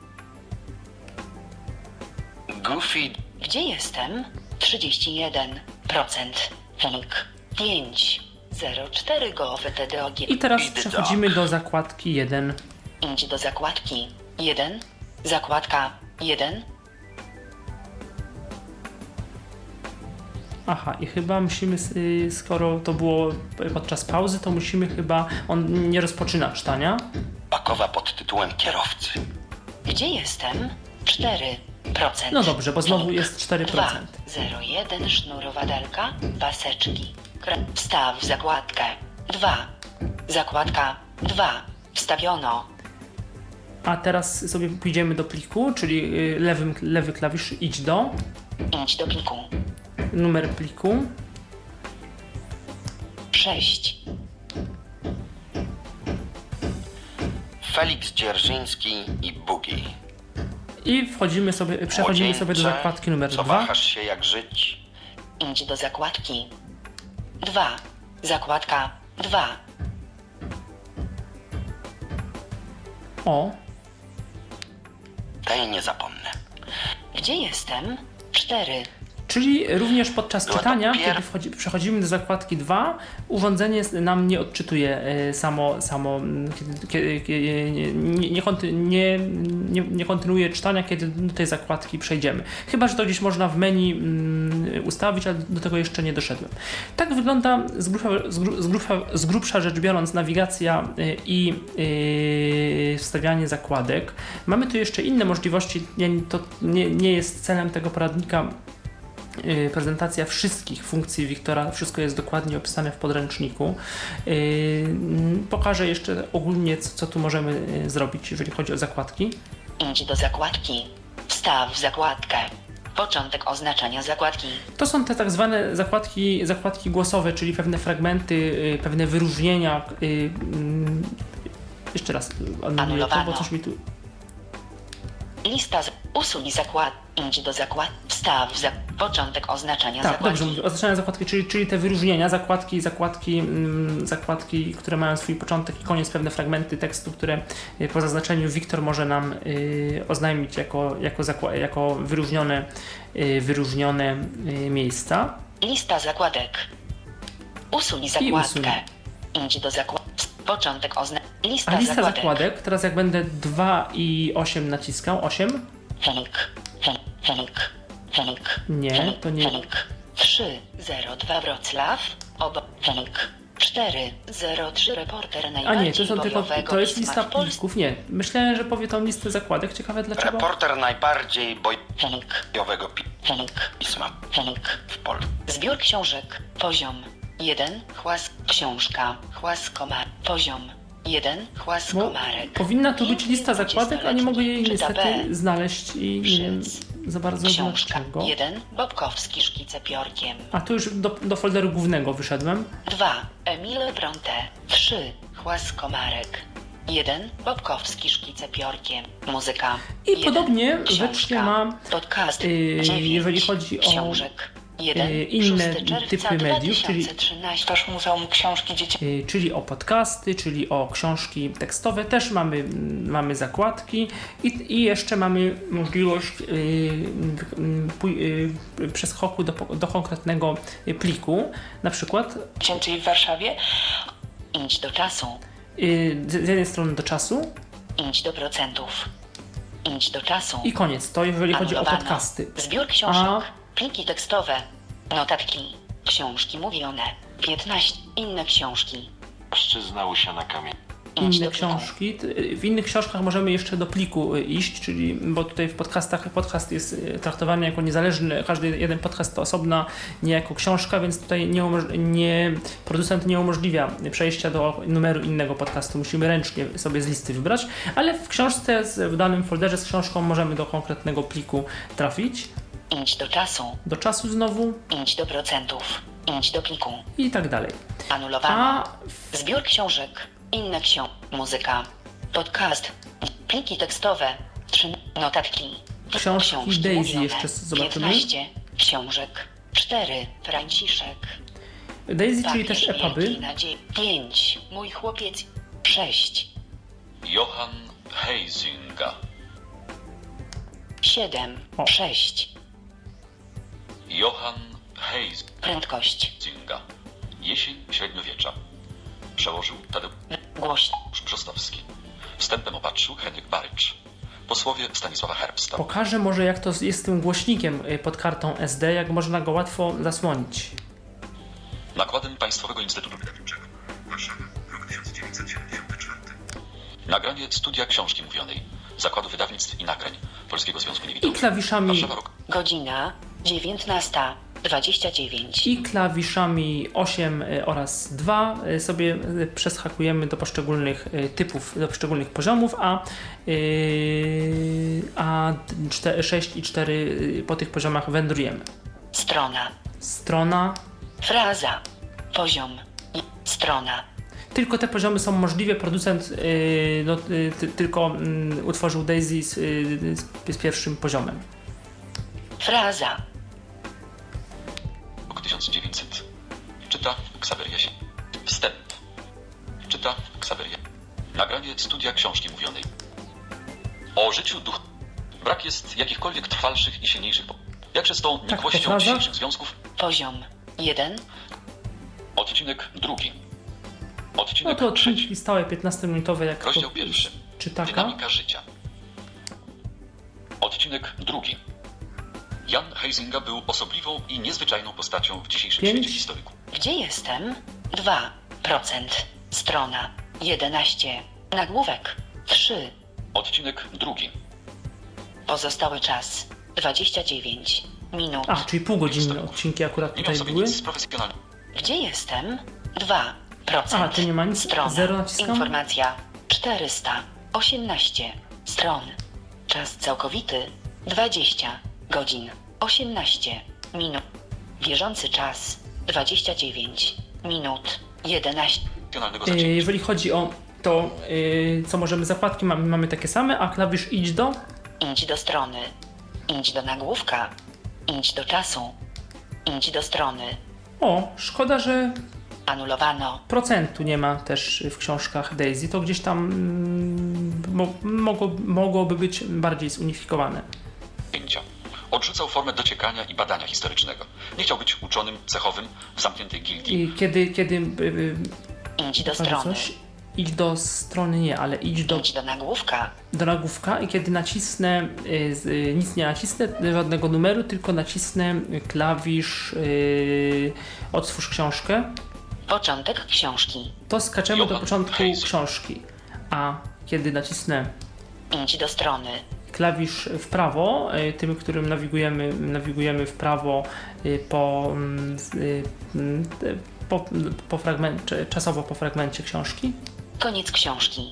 [SPEAKER 3] Goofy
[SPEAKER 4] Gdzie jestem? trzydzieści jeden procent. Link. pięć zero cztery go w T D O G.
[SPEAKER 2] I teraz
[SPEAKER 3] Idę
[SPEAKER 2] przechodzimy do zakładki jeden.
[SPEAKER 4] Idź do zakładki. jeden. Zakładka jeden.
[SPEAKER 2] Aha, i chyba musimy, skoro to było podczas pauzy, to musimy chyba, on nie rozpoczyna czytania.
[SPEAKER 3] Pakowa pod tytułem kierowcy.
[SPEAKER 4] Gdzie jestem? cztery procent.
[SPEAKER 2] No dobrze, bo znowu jest cztery procent.
[SPEAKER 4] dwa zero jeden sznurowadelka, paseczki. Kre- Wstaw zakładkę. dwa. Zakładka dwa. Wstawiono.
[SPEAKER 2] A teraz sobie pójdziemy do pliku, czyli lewym, lewy klawisz idź do,
[SPEAKER 4] Idź do pliku.
[SPEAKER 2] numer pliku.
[SPEAKER 4] sześć.
[SPEAKER 3] Felix Dzierżyński i Bugi.
[SPEAKER 2] I wchodzimy sobie, przechodzimy sobie do
[SPEAKER 3] Młodzieńcze,
[SPEAKER 2] zakładki numer
[SPEAKER 3] co
[SPEAKER 2] dwa.
[SPEAKER 3] wahasz się jak żyć?
[SPEAKER 4] Idź do zakładki. dwa. Zakładka dwa.
[SPEAKER 2] O,
[SPEAKER 3] Tej nie zapomnę.
[SPEAKER 4] Gdzie jestem? cztery.
[SPEAKER 2] czyli również podczas
[SPEAKER 3] Była to
[SPEAKER 2] czytania,
[SPEAKER 3] pier-
[SPEAKER 2] kiedy wchodzi, przechodzimy do zakładki dwa, urządzenie nam nie odczytuje e, samo, samo m, kiedy, kiedy, kiedy, nie, nie, konty, nie, nie, nie kontynuuje czytania, kiedy do tej zakładki przejdziemy. Chyba że to gdzieś można w menu mm, ustawić, ale do tego jeszcze nie doszedłem. Tak wygląda z grubsza, z gru- z grubsza, z grubsza rzecz biorąc nawigacja y, i y, wstawianie zakładek. Mamy tu jeszcze inne możliwości, nie, to nie, nie jest celem tego poradnika prezentacja wszystkich funkcji Wiktora, wszystko jest dokładnie opisane w podręczniku. Pokażę jeszcze ogólnie, co, co tu możemy zrobić, jeżeli chodzi o zakładki.
[SPEAKER 4] Idź do zakładki. Wstaw zakładkę. Początek oznaczania zakładki.
[SPEAKER 2] To są te tak zwane zakładki, zakładki głosowe, czyli pewne fragmenty, pewne wyróżnienia. Jeszcze raz anuluję to, bo coś mi tu...
[SPEAKER 4] Lista z... Usuń zakład. Idź do zakład. Wstaw za... Początek oznaczania
[SPEAKER 2] Tak,
[SPEAKER 4] zakładki.
[SPEAKER 2] dobrze mówię. Oznaczenia zakładki, czyli, czyli te wyróżnienia, zakładki, zakładki, mm, zakładki, które mają swój początek i koniec, pewne fragmenty tekstu, które y, po zaznaczeniu Wiktor może nam y, oznajmić jako, jako, zakła- jako wyróżnione, y, wyróżnione y, miejsca.
[SPEAKER 4] Lista zakładek. Usuń
[SPEAKER 2] usuń.
[SPEAKER 4] zakładkę. Idź do zakład. Początek ozna... Lista,
[SPEAKER 2] A lista
[SPEAKER 4] zakładek.
[SPEAKER 2] zakładek, teraz jak będę dwa i osiem naciskał, osiem?
[SPEAKER 4] Fenik. Fenik. Fenik. Fenik.
[SPEAKER 2] Nie,
[SPEAKER 4] Fenik.
[SPEAKER 2] to nie.
[SPEAKER 4] Fenik. trzy zero dwa Wrocław. Oba. Fenik. cztery zero trzy Reporter
[SPEAKER 2] A
[SPEAKER 4] najbardziej
[SPEAKER 2] nie, to są tylko,
[SPEAKER 4] bojowego
[SPEAKER 2] to jest
[SPEAKER 4] pisma
[SPEAKER 2] lista
[SPEAKER 4] w Polsce.
[SPEAKER 2] plików, nie. Myślałem, że powie tą listę zakładek, ciekawe dlaczego.
[SPEAKER 3] Reporter najbardziej
[SPEAKER 4] Fenik.
[SPEAKER 3] bojowego pi-
[SPEAKER 4] Fenik.
[SPEAKER 3] pisma
[SPEAKER 4] Fenik.
[SPEAKER 3] w Polsce.
[SPEAKER 4] Zbiór książek. Poziom jeden. Chłas. Książka. Chłas komar. Poziom jeden. Chłas
[SPEAKER 2] Bo
[SPEAKER 4] komarek.
[SPEAKER 2] powinna tu być lista zakładek, a nie mogę jej
[SPEAKER 4] Czyta
[SPEAKER 2] niestety
[SPEAKER 4] B.
[SPEAKER 2] znaleźć i nie wiem
[SPEAKER 4] Szyc.
[SPEAKER 2] za bardzo
[SPEAKER 4] Książka.
[SPEAKER 2] dlaczego.
[SPEAKER 4] jeden. Bobkowski szkice piórkiem.
[SPEAKER 2] A tu już do, do folderu głównego wyszedłem.
[SPEAKER 4] dwa. Emile Bronte. trzy. Chłas komarek. jeden. Bobkowski szkice piórkiem. Muzyka.
[SPEAKER 2] I
[SPEAKER 4] jeden.
[SPEAKER 2] podobnie
[SPEAKER 4] Książka.
[SPEAKER 2] wreszcie ma,
[SPEAKER 4] Podcast.
[SPEAKER 2] yy,
[SPEAKER 4] dziewięć.
[SPEAKER 2] jeżeli chodzi o,
[SPEAKER 4] Książek. jeden.
[SPEAKER 2] yy, inne
[SPEAKER 4] szóstego czerwca
[SPEAKER 2] typy mediów, czyli-
[SPEAKER 4] dwa tysiące trzynastego. Też Muzeum Książki Dziecięcej.
[SPEAKER 2] y, czyli o podcasty, czyli o książki tekstowe, też mamy, mm, mamy zakładki i, i jeszcze mamy możliwość y, y, pój- y, przeskoku do, do konkretnego pliku, na przykład
[SPEAKER 4] Dziecięcej w Warszawie. Idź do czasu.
[SPEAKER 2] y, z z jednej strony do czasu
[SPEAKER 4] Idź do procentów. Idź do czasu.
[SPEAKER 2] i koniec, to jeżeli chodzi o
[SPEAKER 4] Anulowano.
[SPEAKER 2] podcasty.
[SPEAKER 4] Zbiór książek.
[SPEAKER 2] A-
[SPEAKER 4] Pliki tekstowe. Notatki. Książki mówione. piętnaście. Inne książki.
[SPEAKER 5] Mężczyzna usiana kamień.
[SPEAKER 4] Idź
[SPEAKER 2] Inne
[SPEAKER 4] do pliku.
[SPEAKER 2] książki. T- W innych książkach możemy jeszcze do pliku y, iść, czyli, bo tutaj w podcastach podcast jest y, traktowany jako niezależny, każdy jeden podcast to osobna, nie jako książka, więc tutaj nie, umoż- nie, producent nie umożliwia przejścia do numeru innego podcastu. Musimy ręcznie sobie z listy wybrać, ale w książce, z- w danym folderze z książką możemy do konkretnego pliku trafić.
[SPEAKER 4] Idź do czasu.
[SPEAKER 2] Do czasu znowu
[SPEAKER 4] Idź do procentów. Idź do pliku.
[SPEAKER 2] i tak dalej.
[SPEAKER 4] Anulowano.
[SPEAKER 2] A
[SPEAKER 4] Zbiór książek. Inne książki. Muzyka. Podcast. Pliki tekstowe. Trzy. Notatki.
[SPEAKER 2] Książki Daisy
[SPEAKER 4] mówione.
[SPEAKER 2] jeszcze zobaczymy.
[SPEAKER 4] piętnaście. Książek. cztery. Franciszek.
[SPEAKER 2] Daisy, czyli też
[SPEAKER 4] Papier
[SPEAKER 2] epuby.
[SPEAKER 4] wielki nadziei. pięć. Mój chłopiec. sześć.
[SPEAKER 5] Johann Heisinga.
[SPEAKER 4] siedem.
[SPEAKER 2] O.
[SPEAKER 4] sześć.
[SPEAKER 5] Johann Heisinga.
[SPEAKER 4] Prędkość.
[SPEAKER 5] Jesień średniowiecza. Przełożył Tadeusz
[SPEAKER 4] Głośno.
[SPEAKER 5] Brzostowski. Wstępem opatrzył Henryk Barycz. Posłowie Stanisława Herbsta.
[SPEAKER 2] Pokażę może, jak to jest z tym głośnikiem pod kartą S D, jak można go łatwo zasłonić.
[SPEAKER 5] Nakładem Państwowego Instytutu Wydawniczego. Warszawa, rok tysiąc dziewięćset siedemdziesiąty czwarty. Nagranie studia książki mówionej. Zakładu Wydawnictw i Nagrań Polskiego Związku
[SPEAKER 2] I
[SPEAKER 5] Niewidomych.
[SPEAKER 2] klawiszami,
[SPEAKER 5] Warszawa, rok.
[SPEAKER 4] Godzina dziewiętnasta dwadzieścia dziewięć.
[SPEAKER 2] i klawiszami osiem oraz dwa sobie przeskakujemy do poszczególnych typów, do poszczególnych poziomów, a, yy, a sześć i cztery po tych poziomach wędrujemy.
[SPEAKER 4] Strona.
[SPEAKER 2] Strona.
[SPEAKER 4] Fraza. Poziom. I strona.
[SPEAKER 2] Tylko te poziomy są możliwe. Producent yy, no, yy, ty, tylko yy, utworzył Daisy z, yy, z, z pierwszym poziomem.
[SPEAKER 4] Fraza.
[SPEAKER 5] Rok tysiąc dziewięćset. Czyta Ksawery Jasień. Wstęp. Czyta Ksawery Jasień. Nagranie studia książki mówionej. O życiu ducha. Brak jest jakichkolwiek trwalszych i silniejszych. Po... Jakże z tą
[SPEAKER 2] Tak, to
[SPEAKER 5] nikłością
[SPEAKER 2] fraza?
[SPEAKER 5] dzisiejszych związków?
[SPEAKER 4] Poziom. jeden.
[SPEAKER 5] Odcinek drugi.
[SPEAKER 2] No
[SPEAKER 5] Odcinek
[SPEAKER 2] to
[SPEAKER 5] trzeci.
[SPEAKER 2] odcinki stałe piętnastominutowe, jak
[SPEAKER 5] Rozdział
[SPEAKER 2] to
[SPEAKER 5] pierwszy.
[SPEAKER 2] czytaka.
[SPEAKER 5] Dynamika życia. Odcinek drugi. Jan Heisinga był osobliwą i niezwyczajną postacią w dzisiejszym
[SPEAKER 2] Pięć.
[SPEAKER 5] świecie historyku.
[SPEAKER 4] Gdzie jestem? dwa procent. Strona. jedenaście. Nagłówek. trzy.
[SPEAKER 5] Odcinek drugi.
[SPEAKER 4] Pozostały czas. dwadzieścia dziewięć minut.
[SPEAKER 2] A, czyli półgodzinne odcinki akurat
[SPEAKER 5] Nie miał
[SPEAKER 2] tutaj
[SPEAKER 5] sobie
[SPEAKER 2] były.
[SPEAKER 5] nic z profesjonalnym.
[SPEAKER 4] Gdzie jestem? dwa procent.
[SPEAKER 2] A, tu nie ma nic?
[SPEAKER 4] Strona.
[SPEAKER 2] Zero naciskam?
[SPEAKER 4] Informacja. czterysta osiemnaście stron. Czas całkowity. dwadzieścia godzin. osiemnaście minut. Bieżący czas. dwadzieścia dziewięć minut. jedenaście.
[SPEAKER 5] Profesjonalnego
[SPEAKER 2] Yy,
[SPEAKER 5] zacięcia.
[SPEAKER 2] jeżeli chodzi o to, yy, co możemy, zakładki mamy, mamy takie same, a klawisz idź do.
[SPEAKER 4] Idź do strony. Idź do nagłówka. Idź do czasu. Idź do strony.
[SPEAKER 2] O, szkoda, że
[SPEAKER 4] Anulowano.
[SPEAKER 2] procentu nie ma też w książkach Daisy. To gdzieś tam mm, mo, mogło, mogłoby być bardziej zunifikowane.
[SPEAKER 5] Zdjęcia. Odrzucał formę dociekania i badania historycznego. Nie chciał być uczonym cechowym w zamkniętej gildii.
[SPEAKER 2] I kiedy, kiedy yy,
[SPEAKER 4] Idź do
[SPEAKER 2] pokażę
[SPEAKER 4] strony.
[SPEAKER 2] coś, idź do strony nie, ale idź do,
[SPEAKER 4] Idź do nagłówka.
[SPEAKER 2] do nagłówka i kiedy nacisnę, yy, z- yy, nic nie nacisnę, żadnego numeru, tylko nacisnę klawisz yy, otwórz książkę,
[SPEAKER 4] Początek książki.
[SPEAKER 2] to skaczemy do
[SPEAKER 5] Johann
[SPEAKER 2] początku
[SPEAKER 5] Heising.
[SPEAKER 2] książki. A kiedy nacisnę
[SPEAKER 4] Idź do strony.
[SPEAKER 2] klawisz w prawo, y, tym, którym nawigujemy, nawigujemy w prawo y, po, mm, z- y, mm, y, po, po fragmencie, czasowo po fragmencie książki.
[SPEAKER 4] Koniec książki.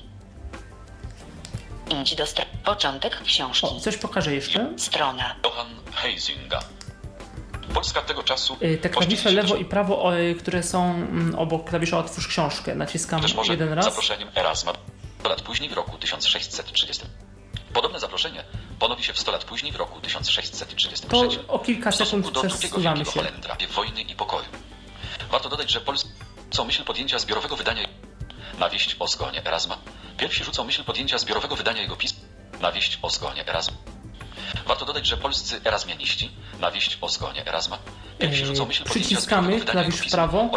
[SPEAKER 4] Idź do strony. Początek książki.
[SPEAKER 2] O, coś pokażę jeszcze.
[SPEAKER 4] Strona.
[SPEAKER 5] Johann Heisinga. Polska tego czasu
[SPEAKER 2] Y, Te klawisze
[SPEAKER 5] poświęci
[SPEAKER 2] lewo
[SPEAKER 5] się
[SPEAKER 2] i prawo, o, y, które są mm, obok klawisza otwórz książkę. Naciskam
[SPEAKER 5] też może
[SPEAKER 2] jeden raz.
[SPEAKER 5] zaproszeniem Erasma sto lat później w roku tysiąc sześćset trzydziestym. Podobne zaproszenie ponowi się w sto lat później w roku tysiąc sześćset trzydziestym
[SPEAKER 2] To
[SPEAKER 5] trzecim.
[SPEAKER 2] o kilka
[SPEAKER 5] W stosunku
[SPEAKER 2] sekund
[SPEAKER 5] do drugiego
[SPEAKER 2] przesuwamy
[SPEAKER 5] wielkiego
[SPEAKER 2] się.
[SPEAKER 5] Holendra, wojny i pokoju. Warto dodać, że Polscy rzucą myśl podjęcia zbiorowego wydania na wieść o zgonie Erasma. Pierwsi rzucą myśl podjęcia zbiorowego wydania jego pism na wieść o zgonie Erasma. Warto dodać, że polscy erazmianiści na wieść o zgonie Erasma. Pierwsi
[SPEAKER 2] Yy,
[SPEAKER 5] rzucą myśl podjęcia
[SPEAKER 2] przyciskamy
[SPEAKER 5] zbiorowego wydania
[SPEAKER 2] klawisz
[SPEAKER 5] jego
[SPEAKER 2] w
[SPEAKER 5] pism.
[SPEAKER 2] prawo.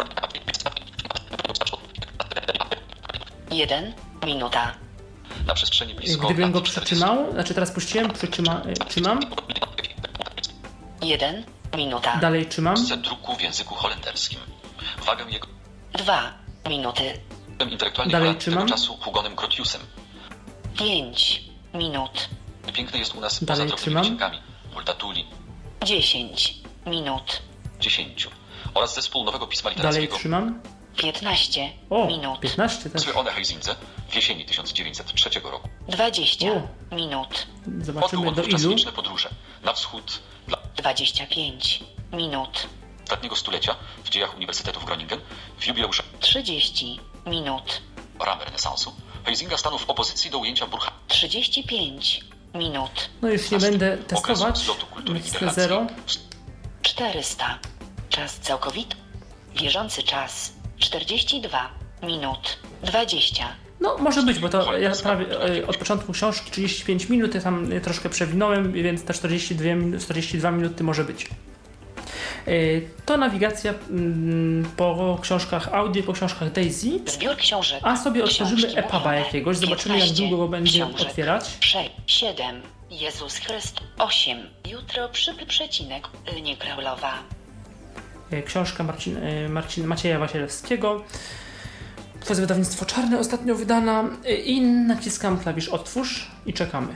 [SPEAKER 4] Jeden. Minuta.
[SPEAKER 5] Na przestrzeni blisko
[SPEAKER 2] Gdybym go
[SPEAKER 5] lat czterdziestu.
[SPEAKER 2] przytrzymał, znaczy teraz puściłem, przytrzyma, y, trzymam,
[SPEAKER 4] Jeden. Minuta.
[SPEAKER 2] dalej trzymam.
[SPEAKER 5] Z druku w języku holenderskim. Wagę jego
[SPEAKER 4] Dwa. Minuty.
[SPEAKER 5] intelektualnych
[SPEAKER 2] Dalej
[SPEAKER 5] lat tego
[SPEAKER 2] trzymam.
[SPEAKER 5] czasu Hugonem Grotiusem.
[SPEAKER 4] Pięć. Minut.
[SPEAKER 5] Piękny jest u nas poza
[SPEAKER 2] Dalej
[SPEAKER 5] drobnymi
[SPEAKER 2] trzymam.
[SPEAKER 5] księgami. Multatuli,
[SPEAKER 4] Dziesięć. Minut.
[SPEAKER 5] dziesięciu. Oraz zespół nowego pisma
[SPEAKER 2] Dalej
[SPEAKER 5] literackiego.
[SPEAKER 2] trzymam.
[SPEAKER 4] Piętnaście.
[SPEAKER 2] O,
[SPEAKER 4] Minut.
[SPEAKER 2] piętnaście też.
[SPEAKER 5] Zły one Heisindze w jesieni tysiąc dziewięćset trzeciego roku.
[SPEAKER 4] Dwadzieścia.
[SPEAKER 2] O.
[SPEAKER 4] Minut.
[SPEAKER 5] Odbył
[SPEAKER 2] Zobaczymy
[SPEAKER 5] on
[SPEAKER 2] do
[SPEAKER 5] wówczas
[SPEAKER 2] ilu.
[SPEAKER 5] liczne podróże na wschód dla
[SPEAKER 4] Dwadzieścia pięć. Minut.
[SPEAKER 5] ostatniego stulecia w dziejach Uniwersytetu w Groningen w jubileuszu
[SPEAKER 4] Trzydzieści. Minut.
[SPEAKER 5] ramy renesansu. Heisinga stanął w opozycji do ujęcia Burcha.
[SPEAKER 4] Trzydzieści pięć. Minut.
[SPEAKER 2] No już nie będę testować.
[SPEAKER 5] Okresu wzlotu kultury i
[SPEAKER 2] Nacisnę
[SPEAKER 5] relacji.
[SPEAKER 2] zero.
[SPEAKER 4] Czterysta. Czas całkowity. Bieżący czas. Czterdzieści dwa. Minut. Dwadzieścia.
[SPEAKER 2] No może być, bo to ja prawie e, od początku książki trzydzieści pięć minut, ja tam e, troszkę przewinąłem, więc te czterdzieści dwa, min- czterdzieści dwa minuty może być. To nawigacja po książkach audio, po książkach Daisy.
[SPEAKER 4] Zbiór książek.
[SPEAKER 2] A sobie otworzymy e-puba jakiegoś, zobaczymy jak długo go będzie
[SPEAKER 4] książek.
[SPEAKER 2] otwierać.
[SPEAKER 4] sześć, siedem, Jezus Chrystus, osiem, jutro przy przecinek, linie Kraulowa.
[SPEAKER 2] Książka Marcin, Marcin, Macieja Wasilewskiego. To jest wydawnictwo Czarne, ostatnio wydana. I naciskam klawisz otwórz i czekamy.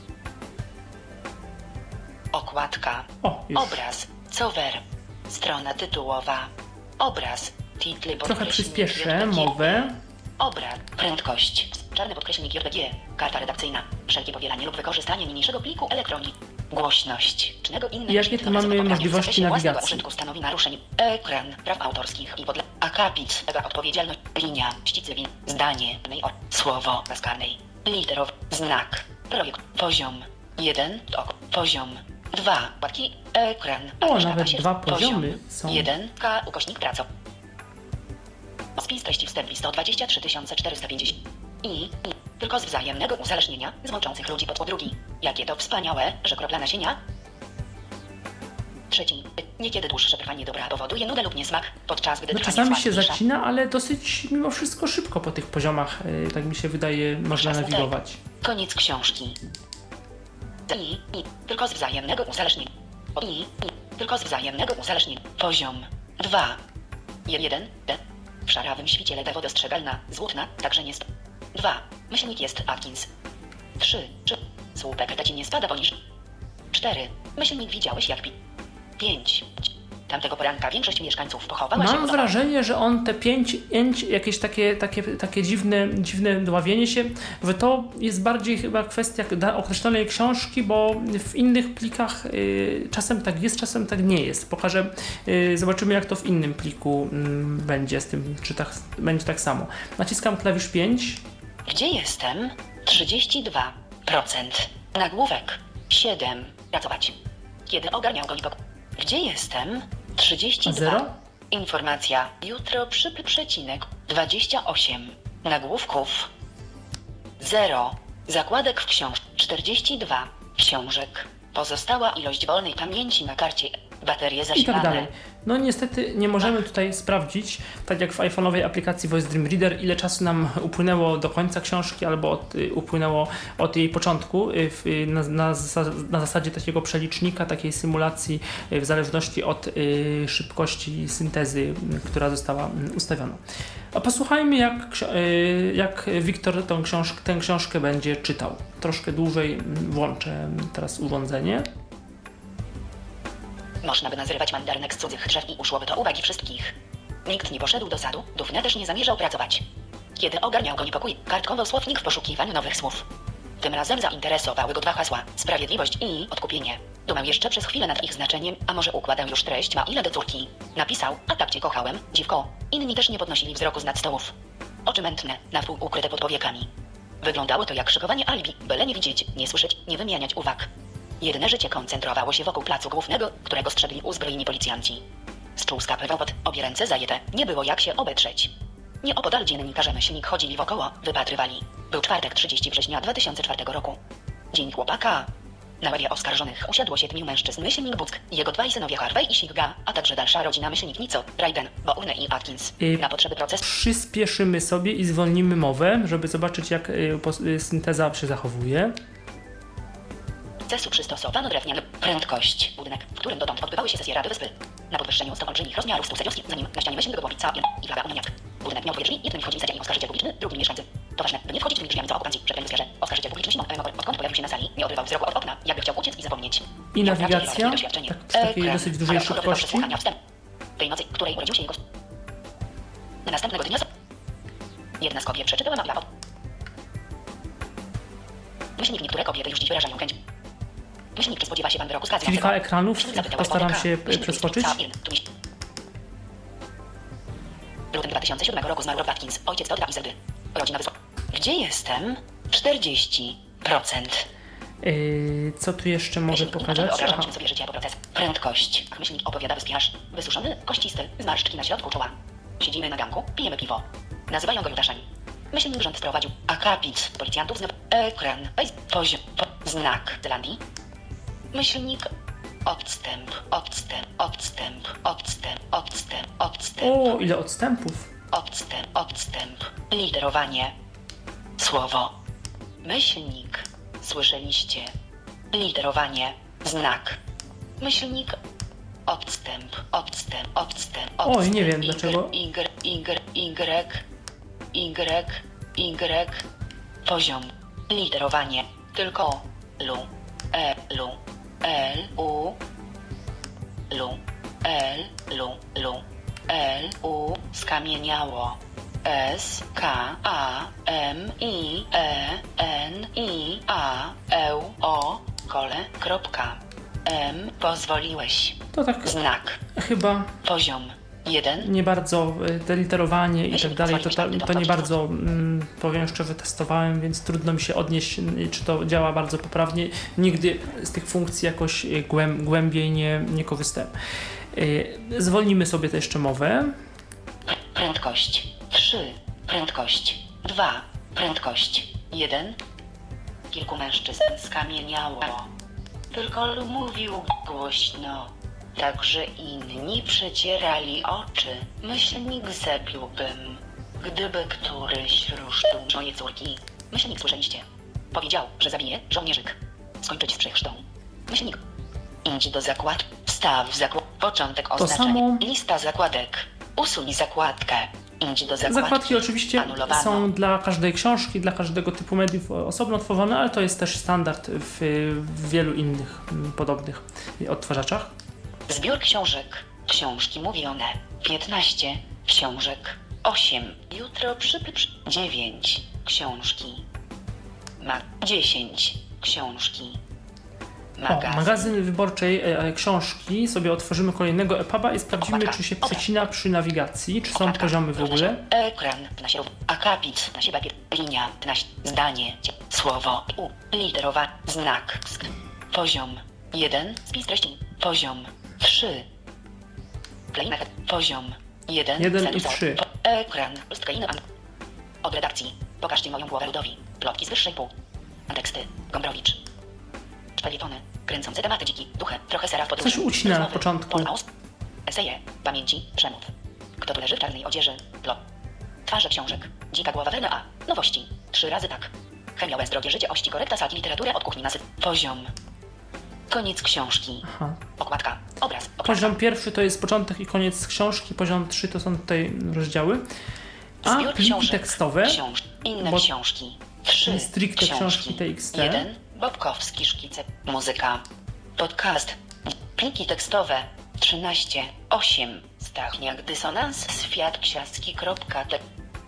[SPEAKER 4] Okładka.
[SPEAKER 2] O, już.
[SPEAKER 4] Obraz. Cover. Strona tytułowa. Obraz. Titly
[SPEAKER 2] Trochę
[SPEAKER 4] podkreślnik
[SPEAKER 2] przyspieszę
[SPEAKER 4] J P G.
[SPEAKER 2] mowę.
[SPEAKER 4] Obraz. Prędkość. Czarny podkreślnik J P G. Karta redakcyjna. Wszelkie powielanie lub wykorzystanie niniejszego pliku elektronii. Głośność. Czego innego
[SPEAKER 2] Jakie tu mamy możliwości nawigacji?
[SPEAKER 4] Użytku stanowi naruszenie. Ekran. Praw autorskich i podle... Akapit. Odpowiedzialność. Linia. Ścicy win. Zdanie. Słowo. Bezkarnej. Literowy. Znak. Projekt. Poziom. Jeden. Ok. Poziom. Dwa. Płatki. Ekran.
[SPEAKER 2] O,
[SPEAKER 4] Reszta
[SPEAKER 2] nawet
[SPEAKER 4] pasier.
[SPEAKER 2] dwa poziomy
[SPEAKER 4] Poziom.
[SPEAKER 2] są.
[SPEAKER 4] Jeden. K. Ukośnik praco. Spis treści wstępny sto dwadzieścia trzy tysiące czterysta pięćdziesiąt. I, I tylko z wzajemnego uzależnienia zmączących ludzi pod drugi. Jakie to wspaniałe, że kropla nasienia. Trzeci. Niekiedy dłuższe trwanie dobra powoduje nudę lub niesmak, podczas gdy
[SPEAKER 2] No,
[SPEAKER 4] trwanie
[SPEAKER 2] czasami
[SPEAKER 4] zła
[SPEAKER 2] się
[SPEAKER 4] zmniejsza.
[SPEAKER 2] zacina, ale dosyć mimo wszystko szybko po tych poziomach, yy, tak mi się wydaje, można
[SPEAKER 4] Smutek.
[SPEAKER 2] nawigować.
[SPEAKER 4] Koniec książki. I, I tylko z wzajemnego uzależnienia. I, I tylko z wzajemnego uzależnienia. Poziom. Dwa. Jeden. D. W szarawym świcie lewa wodostrzegalna, złotna, także nie sp... Dwa. Myślnik jest Atkins. Trzy. Trzy. Słupek leci nie spada poniżej. Cztery. Myślnik widziałeś jak pi... Pięć. Tamtego poranka większość mieszkańców pochowała się
[SPEAKER 2] Mam
[SPEAKER 4] w
[SPEAKER 2] wrażenie, że on te pięć, pięć jakieś takie, takie, takie dziwne, dziwne dławienie się, że to jest bardziej chyba kwestia da- określonej książki, bo w innych plikach y, czasem tak jest, czasem tak nie jest. Pokażę, y, zobaczymy jak to w innym pliku y, będzie z tym, czy tak, będzie tak samo. Naciskam klawisz pięć.
[SPEAKER 4] Gdzie jestem? trzydzieści dwa procent. Nagłówek. siedem. Pracować. Kiedy ogarniał go niepokój. Gdzie jestem? trzydzieści dwa.
[SPEAKER 2] Zero?
[SPEAKER 4] Informacja. Jutro przy przecinek. dwadzieścia osiem. Nagłówków. zero. Zakładek w książce. czterdzieści dwa. Książek. Pozostała ilość wolnej pamięci na karcie. Baterie
[SPEAKER 2] I
[SPEAKER 4] zasilane.
[SPEAKER 2] tak dalej. No niestety nie możemy tutaj sprawdzić, tak jak w iPhone'owej aplikacji Voice Dream Reader, ile czasu nam upłynęło do końca książki albo od, y, upłynęło od jej początku y, w, y, na, na, na zasadzie takiego przelicznika, takiej symulacji y, w zależności od y, szybkości syntezy, y, która została y, ustawiona. A posłuchajmy jak, y, jak Wiktor tą książkę, tę książkę będzie czytał. Troszkę dłużej y, włączę teraz urządzenie.
[SPEAKER 4] Można by nazrywać mandarynek z cudzych drzew i uszłoby to uwagi wszystkich. Nikt nie poszedł do sadu, Dufne też nie zamierzał pracować. Kiedy ogarniał go niepokój, kartkował słownik w poszukiwaniu nowych słów. Tym razem zainteresowały go dwa hasła: sprawiedliwość i odkupienie. Dumał jeszcze przez chwilę nad ich znaczeniem, a może układał już treść ma ile do córki. Napisał: a tak cię kochałem, dziwko. Inni też nie podnosili wzroku z nad stołów. Oczy mętne, na wpół ukryte pod powiekami. Wyglądało to jak szykowanie alibi, byle nie widzieć, nie słyszeć, nie wymieniać uwag. Jedyne życie koncentrowało się wokół placu głównego, którego strzegli uzbrojeni policjanci. Strół skapywał pod obie ręce zajęte, nie było jak się obetrzeć. Nieopodal dziennikarze myślnik chodzili wokoło, wypatrywali. Był czwartek trzeciego września dwa tysiące czwartego roku. Dzień chłopaka. Na ławie oskarżonych usiadło siedmiu mężczyzn: myślnik Buck, jego dwaj synowie Harvey i Sigga, a także dalsza rodzina myślnik Nico, Raiden, Bourne i Atkins.
[SPEAKER 2] I
[SPEAKER 4] Na potrzeby procesu
[SPEAKER 2] przyspieszymy sobie i zwolnimy mowę, żeby zobaczyć jak y, pos- y, synteza się zachowuje.
[SPEAKER 4] procesu przystosowano drewnianą prędkość. Budynek, w którym dotąd odbywały się sesje Rady Wyspy. Na podwyższeniu sto olbrzymich rozmiarów stół sędziowski, za nim na ścianie myślnik głowa pizza i flaga unijak. Budynek miał dwie drzwi, jednym wchodzili sędzia i oskarżyciel publiczny, drugim mieszkańcy. To ważne, by nie wchodzić tymi drzwiami co okupanci. Przed wzgórze. Oskarżyciel publiczny Simon Emower, odkąd pojawił się na sali, nie odrywał wzroku od okna, jakby chciał uciec i zapomnieć.
[SPEAKER 2] I
[SPEAKER 4] Miał
[SPEAKER 2] nawigacja,
[SPEAKER 4] wprawdzie wieloletnie
[SPEAKER 2] tak,
[SPEAKER 4] doświadczenie.
[SPEAKER 2] z takiej
[SPEAKER 4] Ekran,
[SPEAKER 2] dosyć dużej
[SPEAKER 4] ale odbywał
[SPEAKER 2] szybkości.
[SPEAKER 4] przesłuchania wstęp. Tej nocy, której urodził się jego... Następnego dnia... Jedna z kobiet przeczytała mapę. Myślnik, niektóre kobiety już dziś wyrażają chęć. Myślnik, czy spodziewa się pan wyroku skazy?
[SPEAKER 2] Kilka ekranów, postaram się przeskoczyć.
[SPEAKER 4] W lutym dwa tysiące siódmego roku zmarł Rob Atkins, ojciec Toda i Zeldy. Rodzina wysłała. Gdzie jestem? czterdzieści procent.
[SPEAKER 2] Yy, co tu jeszcze mogę
[SPEAKER 4] Myślnik,
[SPEAKER 2] pokazać?
[SPEAKER 4] wyobrażam
[SPEAKER 2] Aha.
[SPEAKER 4] się sobie życie jako proces. Prędkość. Ach, myślnik opowiada wyspiarz. Wysuszony, kościsty, zmarszczki na środku czoła. Siedzimy na ganku, pijemy piwo. Nazywają go Judaszem. Myślnik rząd wprowadził akapit policjantów z ekran, poziom, po, znak Zelandii. Myślnik Odstęp, odstęp, odstęp, odstęp, odstęp, odstęp.
[SPEAKER 2] O, ile odstępów.
[SPEAKER 4] Odstęp, odstęp. Literowanie. Słowo. Myślnik. Słyszeliście. Literowanie. Znak. Myślnik. Odstęp, odstęp, odstęp, odstęp.
[SPEAKER 2] Oj, nie wiem dlaczego.
[SPEAKER 4] Y, Y, Y, Y, Y. Poziom. Literowanie. Tylko Lu. E, Lu. L, U. Lu. L, Lu, Lu. L, U. Skamieniało. S, K, A, M, I, E, N, I, A, E, O, kole, kropka. M, pozwoliłeś.
[SPEAKER 2] To tak
[SPEAKER 4] Znak.
[SPEAKER 2] chyba
[SPEAKER 4] Poziom. Jeden.
[SPEAKER 2] nie bardzo y, te literowanie i tak dalej, to, to, to nie bardzo, mm, powiem szczerze, testowałem, więc trudno mi się odnieść, y, czy to działa bardzo poprawnie. Nigdy z tych funkcji jakoś y, głęb, głębiej nie, nie korzystałem. Y, zwolnimy sobie to jeszcze mowę.
[SPEAKER 4] Prędkość. Trzy. Prędkość. Dwa. Prędkość. Jeden. Kilku mężczyzn skamieniało. Tylko Lu mówił głośno. Także inni przecierali oczy. Myślnik zabiłbym, gdyby któryś ruszył moje córki. Myślnik, słyszeliście? Powiedział, że zabije żołnierzyk. Skończyć z przechrztą. Myślnik. Idź do zakładu. Wstaw zakład. Początek oznaczeń.
[SPEAKER 2] samo.
[SPEAKER 4] Lista zakładek. Usuń zakładkę. Idź do zakładki.
[SPEAKER 2] Zakładki oczywiście
[SPEAKER 4] Anulowano.
[SPEAKER 2] są dla każdej książki, dla każdego typu mediów osobno tworzone, ale to jest też standard w, w wielu innych mm, podobnych odtwarzaczach.
[SPEAKER 4] Zbiór książek. Książki mówione. piętnaście. Książek. osiem. Jutro przypyprz. dziewięć. Książki. Ma. dziesięć. Książki.
[SPEAKER 2] O, magazyn wyborczej e, książki. Sobie otworzymy kolejnego epuba i sprawdzimy,
[SPEAKER 4] Okładka.
[SPEAKER 2] czy się
[SPEAKER 4] Obraz.
[SPEAKER 2] przecina przy nawigacji, czy są
[SPEAKER 4] Okładka.
[SPEAKER 2] poziomy w ogóle.
[SPEAKER 4] Ekran. Na się. Akapit. Na się papier. Linia. Na się. Zdanie. Słowo. U. Literowa. Znak. Sk. Poziom. jeden. Spis treści. Poziom. trzy. Playback. Poziom. jeden.
[SPEAKER 2] Jeden i trzy.
[SPEAKER 4] Ekran. Kraina. Od redakcji. Pokażcie moją głowę ludowi. Plotki z wyższej pół. Teksty. Gombrowicz. Szpelietony. Kręcące tematy dziki. Duchy. Trochę sera w podróży.
[SPEAKER 2] Coś ucina na
[SPEAKER 4] Rozmowy.
[SPEAKER 2] początku.
[SPEAKER 4] Pornaus. Eseje. Pamięci. Przemów. Kto tu leży w czarnej odzieży? Plot. Twarze książek. Dzika głowa Werna A. Nowości. Trzy razy tak. Chemia Łez, drogie życie, ości, korekta, sati, literaturę od kuchni na syt. Poziom. Koniec książki.
[SPEAKER 2] Aha.
[SPEAKER 4] Okładka. Obraz. Okładka.
[SPEAKER 2] Poziom pierwszy to jest początek i koniec książki, poziom trzy to są tutaj rozdziały. A
[SPEAKER 4] Zbiór
[SPEAKER 2] pliki
[SPEAKER 4] książek.
[SPEAKER 2] tekstowe,
[SPEAKER 4] Książ... Inne
[SPEAKER 2] bo-
[SPEAKER 4] książki. Trzy.
[SPEAKER 2] stricte książki T X T.
[SPEAKER 4] Jeden. Bobkowski, szkice. Muzyka. Podcast. Pliki tekstowe. trzynaście. osiem. Stachniak, dysonans, świat ksiastki, kropka, te...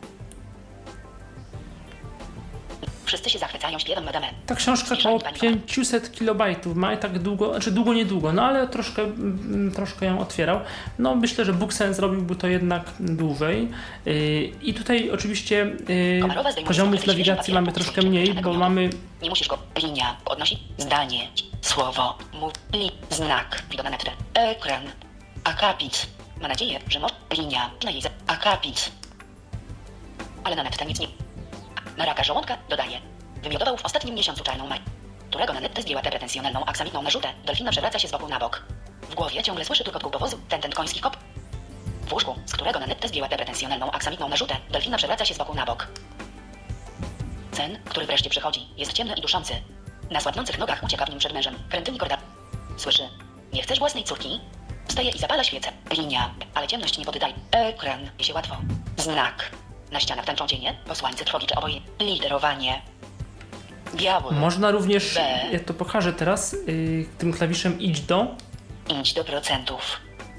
[SPEAKER 4] Wszyscy się zachwycają śpiewem Madame.
[SPEAKER 2] ta książka około pięćset kilobajtów ma i tak długo, znaczy długo niedługo, no ale troszkę, mm, troszkę ją otwierał. No myślę, że BookSense zrobiłby to jednak dłużej. Yy, I tutaj oczywiście yy,
[SPEAKER 4] Komarowa zdejmuje
[SPEAKER 2] poziomów
[SPEAKER 4] z
[SPEAKER 2] nawigacji
[SPEAKER 4] papieru
[SPEAKER 2] mamy
[SPEAKER 4] papieru
[SPEAKER 2] troszkę
[SPEAKER 4] papieru
[SPEAKER 2] mniej,
[SPEAKER 4] papieru
[SPEAKER 2] bo
[SPEAKER 4] papieru.
[SPEAKER 2] mamy
[SPEAKER 4] Nie musisz go. Linia. Odnosi. Zdanie. Słowo. Mów. Li. Znak. Widok na netę. Ekran. Akapit. Ma nadzieję, że może. Linia. Na jej. za- Akapit. Ale na netę nic nie. Na raka żołądka dodaje. Wymiotował w ostatnim miesiącu czarną maj. Którego na netę zdjęła tę pretensjonalną aksamitną narzutę. Delfina przewraca się z boku na bok. W głowie ciągle słyszy tylko tkł powozu. Ten ten koński kop. W łóżku, z którego na netę zdjęła tę pretensjonalną aksamitną narzutę. Delfina przewraca się z boku na bok. Sen, który wreszcie przychodzi, jest ciemny i duszący. Na słabnących nogach ucieka w nim przed mężem. Krętymi korda. Słyszy. Nie chcesz własnej córki? Wstaje i zapala świecę. Linia. Ale ciemność nie poddaj. Ekran. I się łatwo. Znak. Na ścianach tańczą cienie. Posłańcy trwogi czy oboje. Literowanie. Biały.
[SPEAKER 2] można również,
[SPEAKER 4] B.
[SPEAKER 2] ja to pokażę teraz, yy, tym klawiszem idź do.
[SPEAKER 4] Idź do procentów.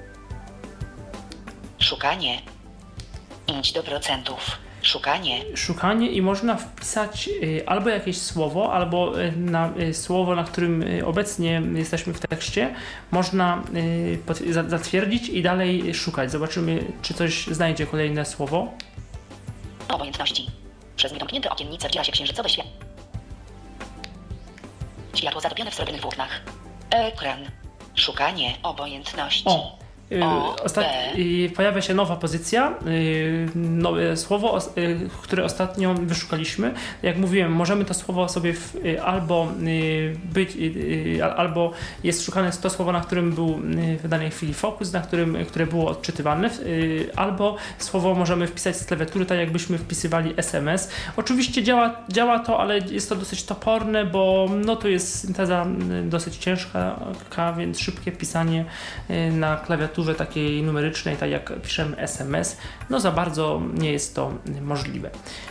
[SPEAKER 4] Szukanie. Idź do procentów. Szukanie.
[SPEAKER 2] Szukanie i można wpisać y, albo jakieś słowo, albo y, na, y, słowo, na którym y, obecnie jesteśmy w tekście, można y, pot, za, zatwierdzić i dalej szukać. Zobaczymy, czy coś znajdzie kolejne słowo.
[SPEAKER 4] Obojętności. Przez niedomknięte okiennice wdziera się księżycowe światło. Światło zatopione w srebrnych włóknach. Ekran. Szukanie obojętności.
[SPEAKER 2] O,
[SPEAKER 4] O,
[SPEAKER 2] Ostat...
[SPEAKER 4] B.
[SPEAKER 2] Pojawia się nowa pozycja, nowe słowo, które ostatnio wyszukaliśmy. Jak mówiłem, możemy to słowo sobie w, albo być, albo jest szukane to słowo, na którym był w danej chwili fokus, na którym, które było odczytywane, albo słowo możemy wpisać z klawiatury, tak jakbyśmy wpisywali S M S. Oczywiście działa, działa to, ale jest to dosyć toporne, bo no to jest synteza dosyć ciężka, więc szybkie pisanie na klawiaturze takiej numerycznej, tak jak piszemy S M S, no za bardzo nie jest to możliwe.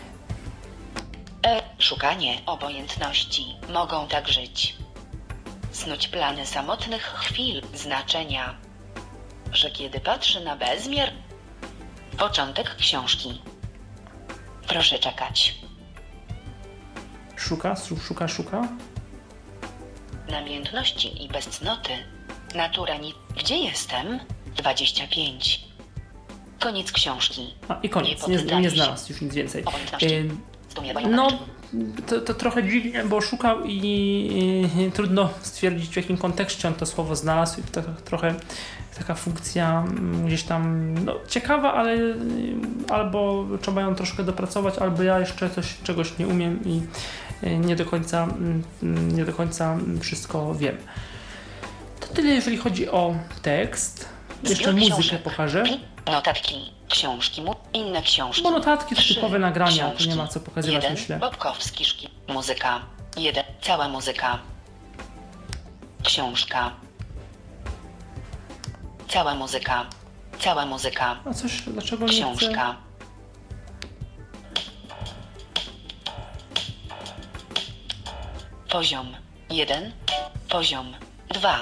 [SPEAKER 4] E. Szukanie obojętności. Mogą tak żyć. Snuć plany samotnych chwil. Znaczenia. Że kiedy patrzy na bezmiar. Początek książki. Proszę czekać.
[SPEAKER 2] Szuka, szuka, szuka.
[SPEAKER 4] Namiętności i bezcnoty. Natura ni... Gdzie jestem? dwadzieścia pięć. Koniec książki.
[SPEAKER 2] A i koniec, nie, nie, nie znalazł już nic więcej. E, no, to, to trochę dziwnie, bo szukał i, i, i trudno stwierdzić, w jakim kontekście on to słowo znalazł. I to, to trochę taka funkcja gdzieś tam no, ciekawa, ale albo trzeba ją troszkę dopracować, albo ja jeszcze coś, czegoś nie umiem i nie do końca, nie do końca wszystko wiem. To tyle, jeżeli chodzi o tekst. Jeszcze
[SPEAKER 4] Zbiór
[SPEAKER 2] muzykę
[SPEAKER 4] książek.
[SPEAKER 2] pokażę.
[SPEAKER 4] Notatki, książki, mu... inne książki.
[SPEAKER 2] Bo notatki to
[SPEAKER 4] Trzy
[SPEAKER 2] typowe nagrania, tu
[SPEAKER 4] książki.
[SPEAKER 2] nie ma co pokazywać,
[SPEAKER 4] Jeden.
[SPEAKER 2] myślę.
[SPEAKER 4] Bobkowski szki. Muzyka. Jeden. Cała muzyka. Książka. Cała muzyka. Cała muzyka.
[SPEAKER 2] A coś, dlaczego nie chcę?
[SPEAKER 4] Książka. Poziom. Jeden. Poziom. Dwa.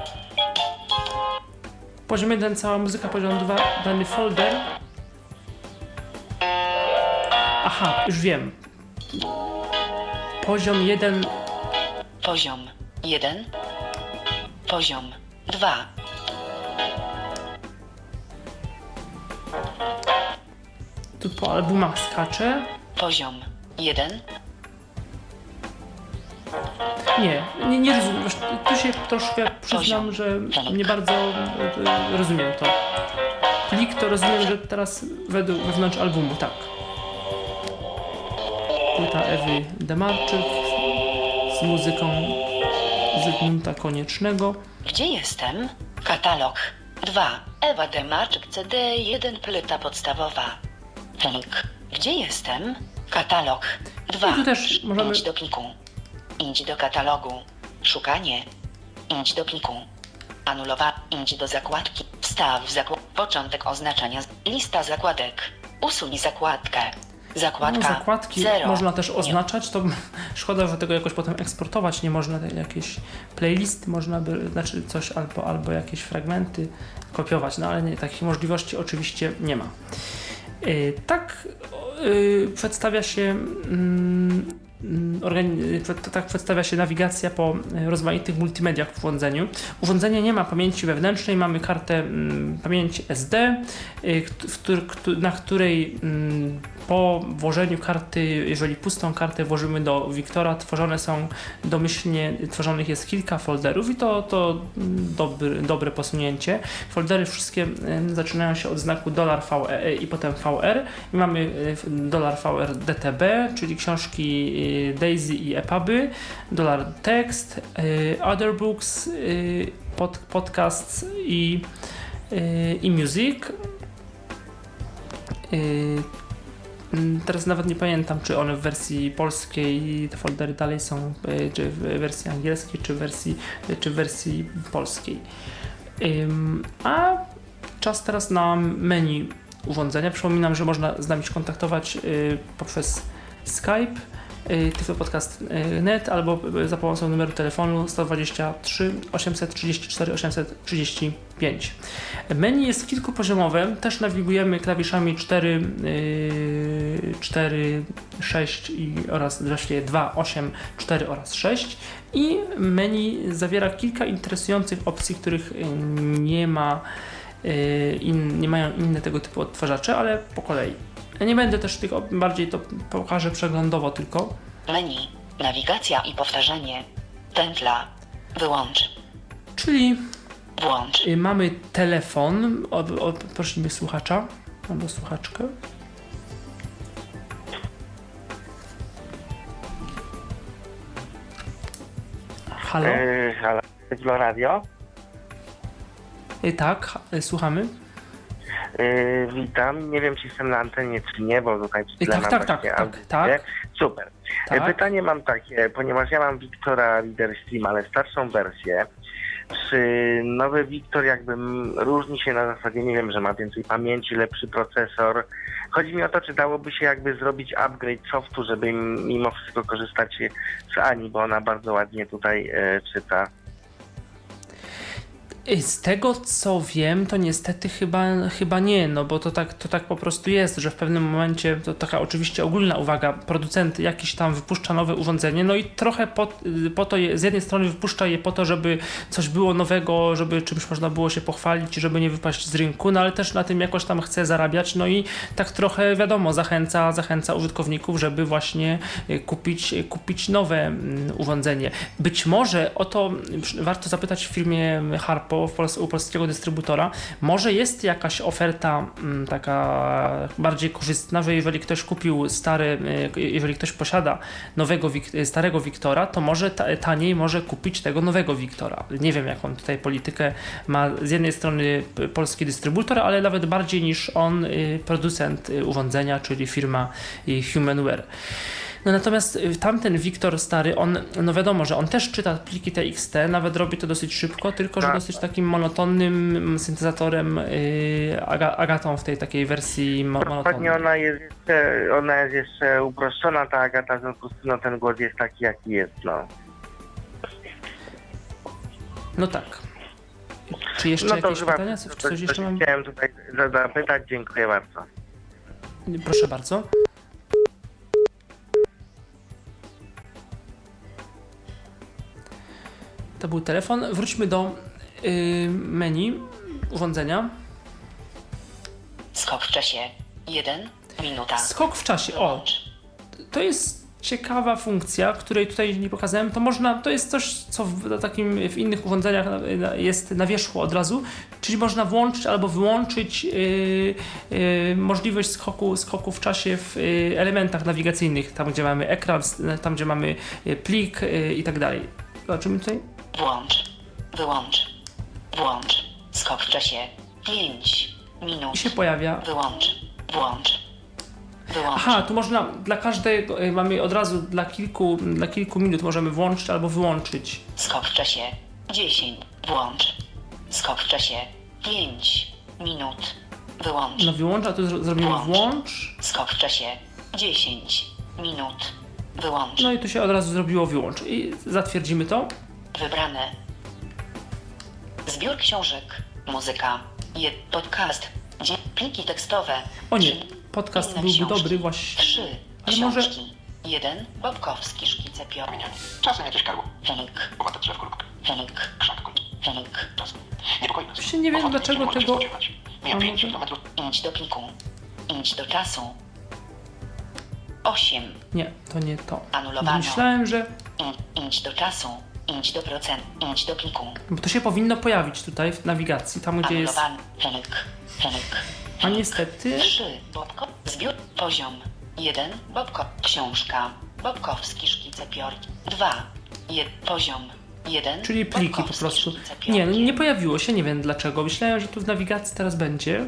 [SPEAKER 2] Poziom jeden, cała muzyka, poziom dwa, dany folder. Aha, już wiem. Poziom jeden.
[SPEAKER 4] Poziom. Jeden. Poziom. Dwa.
[SPEAKER 2] Tu po albumach skaczę.
[SPEAKER 4] Poziom. Jeden.
[SPEAKER 2] Nie, nie, nie rozumiem. Wiesz, tu się troszkę przyznam,
[SPEAKER 4] Poziom.
[SPEAKER 2] że nie bardzo e, rozumiem to. Plik to rozumiem, że teraz według, wewnątrz albumu, tak. Płyta Ewy Demarczyk z muzyką Zygmunta Koniecznego.
[SPEAKER 4] Gdzie jestem? Katalog. dwa. Ewa Demarczyk C D jeden. Płyta podstawowa. Plik. Gdzie jestem? Katalog. dwa.
[SPEAKER 2] I tu też możemy-
[SPEAKER 4] Idź do pliku. Idź do katalogu. Szukanie. Idź do pliku. Anulowa. Idź do zakładki. Wstaw zakład. Początek oznaczania. Lista zakładek. Usuń zakładkę. Zakładka.
[SPEAKER 2] No, zakładki
[SPEAKER 4] zero.
[SPEAKER 2] można też
[SPEAKER 4] Nie.
[SPEAKER 2] oznaczać, to szkoda, że tego jakoś potem eksportować nie można, jakieś playlisty można by, znaczy coś albo, albo jakieś fragmenty kopiować, no ale nie, takich możliwości oczywiście nie ma. Yy, tak yy, przedstawia się yy, Organi- tak przedstawia się nawigacja po rozmaitych multimediach w urządzeniu. Urządzenie nie ma pamięci wewnętrznej, mamy kartę mm, pamięci S D, y, któr, któr, na której mm, po włożeniu karty, jeżeli pustą kartę włożymy do Wiktora, tworzone są domyślnie, tworzonych jest kilka folderów i to, to dobry, dobre posunięcie. Foldery wszystkie y, zaczynają się od znaku $V E E i potem V R i mamy y, $V R D T B, czyli książki y, Daisy i EPUBy, dolar tekst, y, other books, y, pod, podcasts i, y, i music. Y, teraz nawet nie pamiętam, czy one w wersji polskiej, te foldery dalej są, y, czy w wersji angielskiej, czy w wersji, czy w wersji polskiej. Y, a czas teraz na menu urządzenia. Przypominam, że można z nami się kontaktować y, poprzez Skype, tyflopodcast kropka net albo za pomocą numeru telefonu sto dwadzieścia trzy osiemset trzydzieści cztery osiemset trzydzieści pięć. Menu jest kilkupoziomowe, też nawigujemy klawiszami cztery, cztery, sześć i, oraz właściwie dwa, osiem, cztery oraz sześć i menu zawiera kilka interesujących opcji, których nie ma, in, nie mają inne tego typu odtwarzacze, ale po kolei. Ja nie będę też tych, bardziej to pokażę przeglądowo tylko.
[SPEAKER 4] Menu. Nawigacja i powtarzanie. Pętla. Wyłącz.
[SPEAKER 2] Czyli
[SPEAKER 4] Włącz.
[SPEAKER 2] Y, mamy telefon. O, o, prosimy słuchacza albo słuchaczkę. Halo?
[SPEAKER 6] Yy, halo, Tyflo Radio.
[SPEAKER 2] Y, tak, y, słuchamy.
[SPEAKER 6] Yy, witam. Nie wiem, czy jestem na antenie, czy nie, bo tutaj przy tle
[SPEAKER 2] Tak,
[SPEAKER 6] mam
[SPEAKER 2] tak, tak,
[SPEAKER 6] właśnie
[SPEAKER 2] tak,
[SPEAKER 6] audycję.
[SPEAKER 2] tak.
[SPEAKER 6] Super.
[SPEAKER 2] Tak.
[SPEAKER 6] Yy, Pytanie mam takie, ponieważ ja mam Wiktora Reader Stream, ale starszą wersję. Czy nowy Wiktor jakby m- różni się na zasadzie, nie wiem, że ma więcej pamięci, lepszy procesor? Chodzi mi o to, czy dałoby się jakby zrobić upgrade softu, żeby m- mimo wszystko korzystać z Ani, bo ona bardzo ładnie tutaj e, czyta.
[SPEAKER 2] Z tego co wiem, to niestety chyba, chyba nie, no bo to tak, to tak po prostu jest, że w pewnym momencie, to taka oczywiście ogólna uwaga, producent jakiś tam wypuszcza nowe urządzenie, no i trochę po, po to je, z jednej strony wypuszcza je po to, żeby coś było nowego, żeby czymś można było się pochwalić, żeby nie wypaść z rynku, no ale też na tym jakoś tam chce zarabiać, no i tak trochę wiadomo, zachęca, zachęca użytkowników, żeby właśnie kupić, kupić nowe urządzenie. Być może o to warto zapytać w firmie Harpo, w Pols- u polskiego dystrybutora, może jest jakaś oferta m, taka bardziej korzystna, że jeżeli ktoś kupił stary, y, jeżeli ktoś posiada nowego, wik- starego Wiktora, to może ta, taniej może kupić tego nowego Wiktora. Nie wiem, jaką tutaj politykę ma z jednej strony p- polski dystrybutor, ale nawet bardziej niż on y, producent y, urządzenia, czyli firma y, Humanware. No natomiast y, tamten Wiktor stary, on, no wiadomo, że on też czyta pliki T X T, nawet robi to dosyć szybko, tylko że
[SPEAKER 6] Tak.
[SPEAKER 2] dosyć takim monotonnym syntezatorem y, aga, Agatą w tej takiej wersji mo-
[SPEAKER 6] Dokładnie
[SPEAKER 2] monotonnej.
[SPEAKER 6] ona jest jeszcze, ona jest jeszcze uproszczona, ta Agata, w związku z tym no, ten głos jest taki, jaki jest, no.
[SPEAKER 2] No tak. Czy jeszcze
[SPEAKER 6] No to
[SPEAKER 2] jakieś
[SPEAKER 6] chyba
[SPEAKER 2] pytania?
[SPEAKER 6] to,
[SPEAKER 2] Czy
[SPEAKER 6] to,
[SPEAKER 2] coś
[SPEAKER 6] to
[SPEAKER 2] jeszcze mam?
[SPEAKER 6] chciałem tutaj zapytać, dziękuję bardzo.
[SPEAKER 2] Proszę bardzo. To był telefon. Wróćmy do y, menu urządzenia.
[SPEAKER 4] Skok w czasie. jeden minuta.
[SPEAKER 2] Skok w czasie. O,
[SPEAKER 4] Włącz.
[SPEAKER 2] to jest ciekawa funkcja, której tutaj nie pokazałem. To można, to jest coś, co w takim w innych urządzeniach jest na wierzchu od razu, czyli można włączyć albo wyłączyć yy, yy, możliwość skoku, skoku w czasie w yy, elementach nawigacyjnych, tam gdzie mamy ekran, tam gdzie mamy yy, plik yy, i tak dalej. Zobaczymy tutaj.
[SPEAKER 4] Włącz. Wyłącz. Włącz. Skok w czasie. pięć minut.
[SPEAKER 2] I się pojawia.
[SPEAKER 4] Wyłącz. Włącz. Wyłącz.
[SPEAKER 2] Aha, tu można dla każdego, yy, mamy od razu dla kilku, dla kilku minut możemy włączyć albo wyłączyć.
[SPEAKER 4] Skok w czasie. dziesięć. Włącz. Skok w czasie. pięć minut. Wyłącz.
[SPEAKER 2] No wyłącz, a tu zro- zrobimy
[SPEAKER 4] Włącz.
[SPEAKER 2] włącz.
[SPEAKER 4] Skok w czasie. dziesięć minut. Wyłącz.
[SPEAKER 2] No i tu się od razu zrobiło wyłącz. I zatwierdzimy to.
[SPEAKER 4] Wybrane. Zbiór książek. Muzyka. Jed podcast. Dzie- pliki tekstowe.
[SPEAKER 2] O nie,
[SPEAKER 4] Trzy
[SPEAKER 2] podcast
[SPEAKER 4] inne
[SPEAKER 2] byłby
[SPEAKER 4] książki.
[SPEAKER 2] dobry właśnie.
[SPEAKER 4] Trzy
[SPEAKER 2] Ale może-
[SPEAKER 4] książki. Jeden. Bobkowski. Szkice piór.
[SPEAKER 3] Czasem jakieś karło.
[SPEAKER 4] Fenik.
[SPEAKER 3] Owate drzew kulk.
[SPEAKER 4] Fenik.
[SPEAKER 3] Krzak kulk.
[SPEAKER 4] Fenik.
[SPEAKER 3] Czasem. Niepokoi nas.
[SPEAKER 2] Właśnie nie wiem,
[SPEAKER 3] Owate
[SPEAKER 2] dlaczego
[SPEAKER 3] mogą się
[SPEAKER 2] tego-
[SPEAKER 3] spodziewać. Mija
[SPEAKER 2] A
[SPEAKER 3] pięć
[SPEAKER 2] może-
[SPEAKER 3] kilometrów.
[SPEAKER 4] Idź do pliku. Idź do czasu. Osiem.
[SPEAKER 2] Nie, to nie to.
[SPEAKER 4] Anulowano.
[SPEAKER 2] Myślałem, że
[SPEAKER 4] I- Idź do czasu. Idź do procent. Idź do pliku.
[SPEAKER 2] bo to się powinno pojawić tutaj w nawigacji, tam gdzie jest.
[SPEAKER 4] Anulowany. Fenik. Fenik.
[SPEAKER 2] A niestety.
[SPEAKER 4] Trzy. Bobko. Zbiór. Poziom. Jeden. Bobko. Książka. Bobkowski. Szkice piór. Dwa. Jed. Poziom. Jeden.
[SPEAKER 2] Czyli pliki po
[SPEAKER 4] Bobkowski,
[SPEAKER 2] prostu.
[SPEAKER 4] szkice piór.
[SPEAKER 2] Nie, no nie pojawiło się, nie wiem dlaczego. Myślałem, że tu w nawigacji teraz będzie.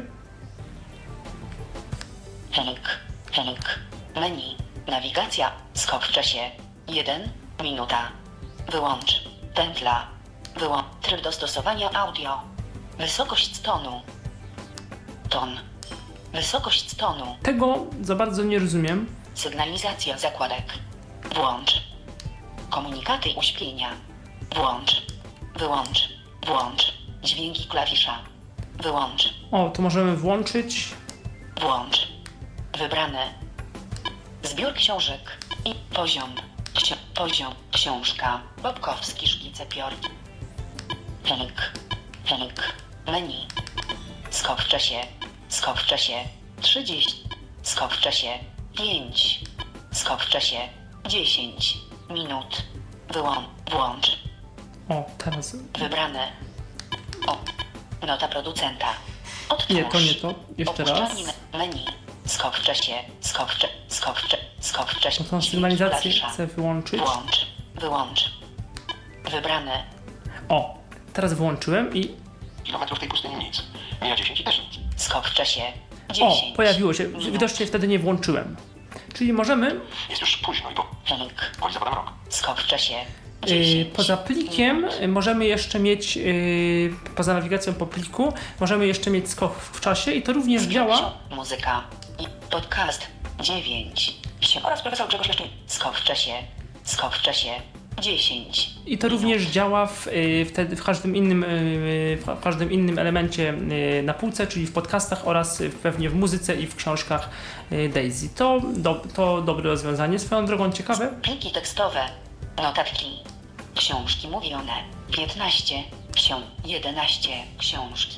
[SPEAKER 4] Fenik. Fenik. Menu. Nawigacja. Skok w czasie. jeden minuta. Wyłącz. Pętla. Wyłącz. Tryb dostosowania audio. Wysokość tonu. Ton. Wysokość tonu.
[SPEAKER 2] Tego za bardzo nie rozumiem.
[SPEAKER 4] Sygnalizacja zakładek. Włącz. Komunikaty uśpienia. Włącz. Wyłącz. Włącz. Dźwięki klawisza. Wyłącz.
[SPEAKER 2] O, to możemy włączyć.
[SPEAKER 4] Włącz. Wybrane. Zbiór książek i poziom. Ksi- poziom. Książka. Bobkowski. Szkice piór. Fenik. Fenik. Menu. Skok w czasie. Skok w czasie. trzydzieści. Skok w czasie. pięć. Skok w czasie. dziesięć minut. Wyłącz. Włącz.
[SPEAKER 2] O, teraz.
[SPEAKER 4] Wybrane. O. Nota producenta. Odtwórz.
[SPEAKER 2] Nie, to nie to. Jeszcze raz.
[SPEAKER 4] Opuszczalni menu. Skok w czasie. Skok w czasie. Skok w czasie. Skok w czasie.
[SPEAKER 2] To tą sygnalizację
[SPEAKER 4] Klawisza.
[SPEAKER 2] chcę wyłączyć.
[SPEAKER 4] Włącz. Wyłącz. Wybrane.
[SPEAKER 2] O, teraz wyłączyłem i
[SPEAKER 3] Kilometrów tej pustyni nic. Mija dziesięć i też nic.
[SPEAKER 4] Skok w czasie.
[SPEAKER 2] o,
[SPEAKER 4] dziesięć.
[SPEAKER 2] pojawiło się.
[SPEAKER 4] Minut.
[SPEAKER 2] Widocznie wtedy nie włączyłem. Czyli możemy
[SPEAKER 3] Jest już późno i po...
[SPEAKER 4] Plik.
[SPEAKER 3] Boli zapadam rok.
[SPEAKER 4] Skok w czasie.
[SPEAKER 2] Yy,
[SPEAKER 4] dziesięć.
[SPEAKER 2] poza plikiem yy, możemy jeszcze mieć, yy, poza nawigacją po pliku, możemy jeszcze mieć skok w czasie i to również działa.
[SPEAKER 4] Muzyka. I podcast. dziewięć. Oraz profesor Grzegorz Leszczyn. Skok w czasie. Skok w czasie. dziesięć.
[SPEAKER 2] I to również działa w, yy, wtedy w każdym innym, yy, w każdym innym elemencie yy, na półce, czyli w podcastach oraz yy, pewnie w muzyce i w książkach yy, Daisy. To, do, to dobre rozwiązanie, swoją drogą ciekawe.
[SPEAKER 4] Pliki tekstowe. Notatki. Książki mówione. piętnaście. Książ... jedenaście. Książki.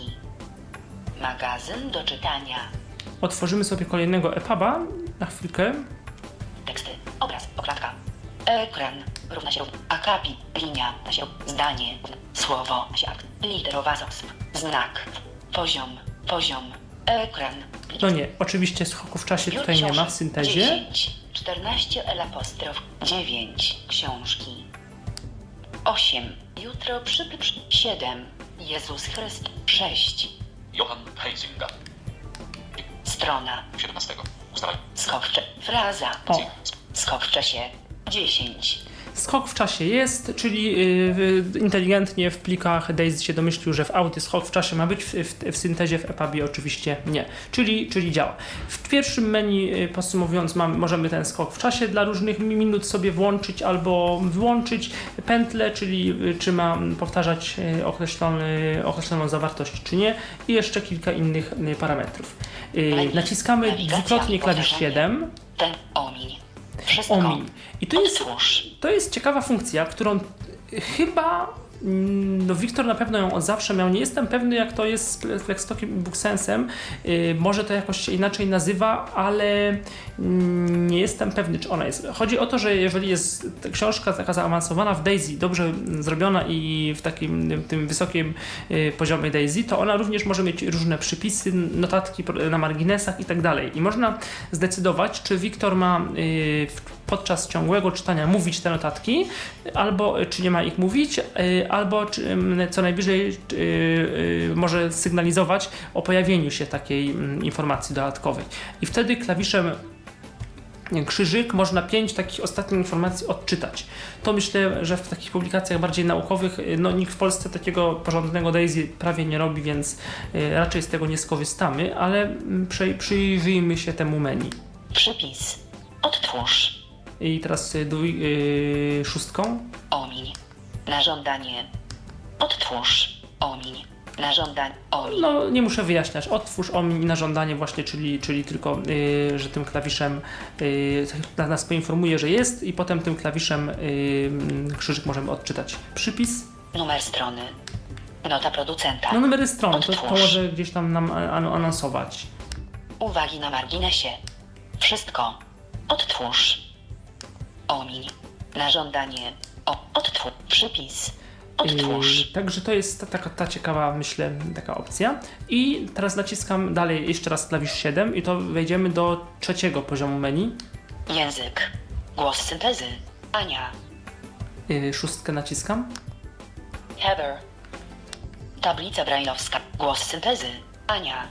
[SPEAKER 4] Magazyn do czytania.
[SPEAKER 2] Otworzymy sobie kolejnego epuba na chwilkę.
[SPEAKER 4] Teksty. Obraz. Okładka. Ekran. Równa się równa. Akapit. Linia. Na się. Zdanie. Słowo. Na się. akt. Literowa zasób. Znak. Poziom. Poziom. Ekran.
[SPEAKER 2] No nie, oczywiście skoku w czasie tutaj nie ma w syntezie.
[SPEAKER 4] dziesięć. czternaście L apostrof. dziewięć. Książki. osiem. Jutro przybysz. siedem. Jezus Chrystus. sześć.
[SPEAKER 5] Johann Heisinga.
[SPEAKER 4] Strona.
[SPEAKER 5] siedemnastego. Ustalaj.
[SPEAKER 4] Skok w czasie. Fraza.
[SPEAKER 2] O.
[SPEAKER 4] Skok w czasie. dziesięć.
[SPEAKER 2] Skok w czasie jest, czyli yy, inteligentnie w plikach Daisy się domyślił, że w audio skok w czasie ma być, w, w, w syntezie w epubie oczywiście nie, czyli, czyli działa. W pierwszym menu, yy, podsumowując, mamy, możemy ten skok w czasie dla różnych minut sobie włączyć albo wyłączyć pętlę, czyli yy, czy ma powtarzać yy, określony, określoną zawartość czy nie i jeszcze kilka innych yy, parametrów. Yy, naciskamy
[SPEAKER 4] Nawigacja,
[SPEAKER 2] dwukrotnie klawisz
[SPEAKER 4] powtarzanie.
[SPEAKER 2] siedem.
[SPEAKER 4] Ten omiń. Wszystko.
[SPEAKER 2] Omiń. I to jest,
[SPEAKER 4] Odtwórz.
[SPEAKER 2] to jest ciekawa funkcja, którą chyba, mm, no Wiktor na pewno ją od zawsze miał. Nie jestem pewny, jak to jest z Flextalkiem i Booksensem. Yy, może to jakoś się inaczej nazywa, ale mm, nie jestem pewny, czy ona jest. Chodzi o to, że jeżeli jest książka taka zaawansowana w Daisy, dobrze zrobiona i w takim w tym wysokim yy, poziomie Daisy, to ona również może mieć różne przypisy, notatki na marginesach i tak dalej. I można zdecydować, czy Wiktor ma yy, podczas ciągłego czytania mówić te notatki, albo czy nie ma ich mówić, albo czy, co najwyżej może sygnalizować o pojawieniu się takiej informacji dodatkowej. I wtedy klawiszem krzyżyk można pięć takich ostatnich informacji odczytać. To myślę, że w takich publikacjach bardziej naukowych no, nikt w Polsce takiego porządnego Daisy prawie nie robi, więc raczej z tego nie skorzystamy, ale przy, przyjrzyjmy się temu menu.
[SPEAKER 4] Przypis. Odtwórz.
[SPEAKER 2] I teraz dwój, yy, szóstką.
[SPEAKER 4] Omiń. Na żądanie. Odtwórz. Omiń. Na żądanie. Omiń.
[SPEAKER 2] No nie muszę wyjaśniać. Otwórz omiń na żądanie właśnie, czyli, czyli tylko, yy, że tym klawiszem yy, nas poinformuje, że jest i potem tym klawiszem yy, krzyżyk możemy odczytać. Przypis.
[SPEAKER 4] Numer strony. Nota producenta.
[SPEAKER 2] No numery stron, to, to
[SPEAKER 4] Odtwórz.
[SPEAKER 2] może gdzieś tam nam an- anonsować.
[SPEAKER 4] Uwagi na marginesie. Wszystko. Odtwórz. Omiń. Na żądanie. O. Odtwórz. Przypis. Odtwórz.
[SPEAKER 2] Yy, także to jest ta, taka ta ciekawa, myślę, taka opcja. I teraz naciskam dalej jeszcze raz klawisz siedem i to wejdziemy do trzeciego poziomu menu.
[SPEAKER 4] Język. Głos syntezy. Ania.
[SPEAKER 2] Yy, szóstkę naciskam.
[SPEAKER 4] Heather. Tablica brajlowska. Głos syntezy. Ania.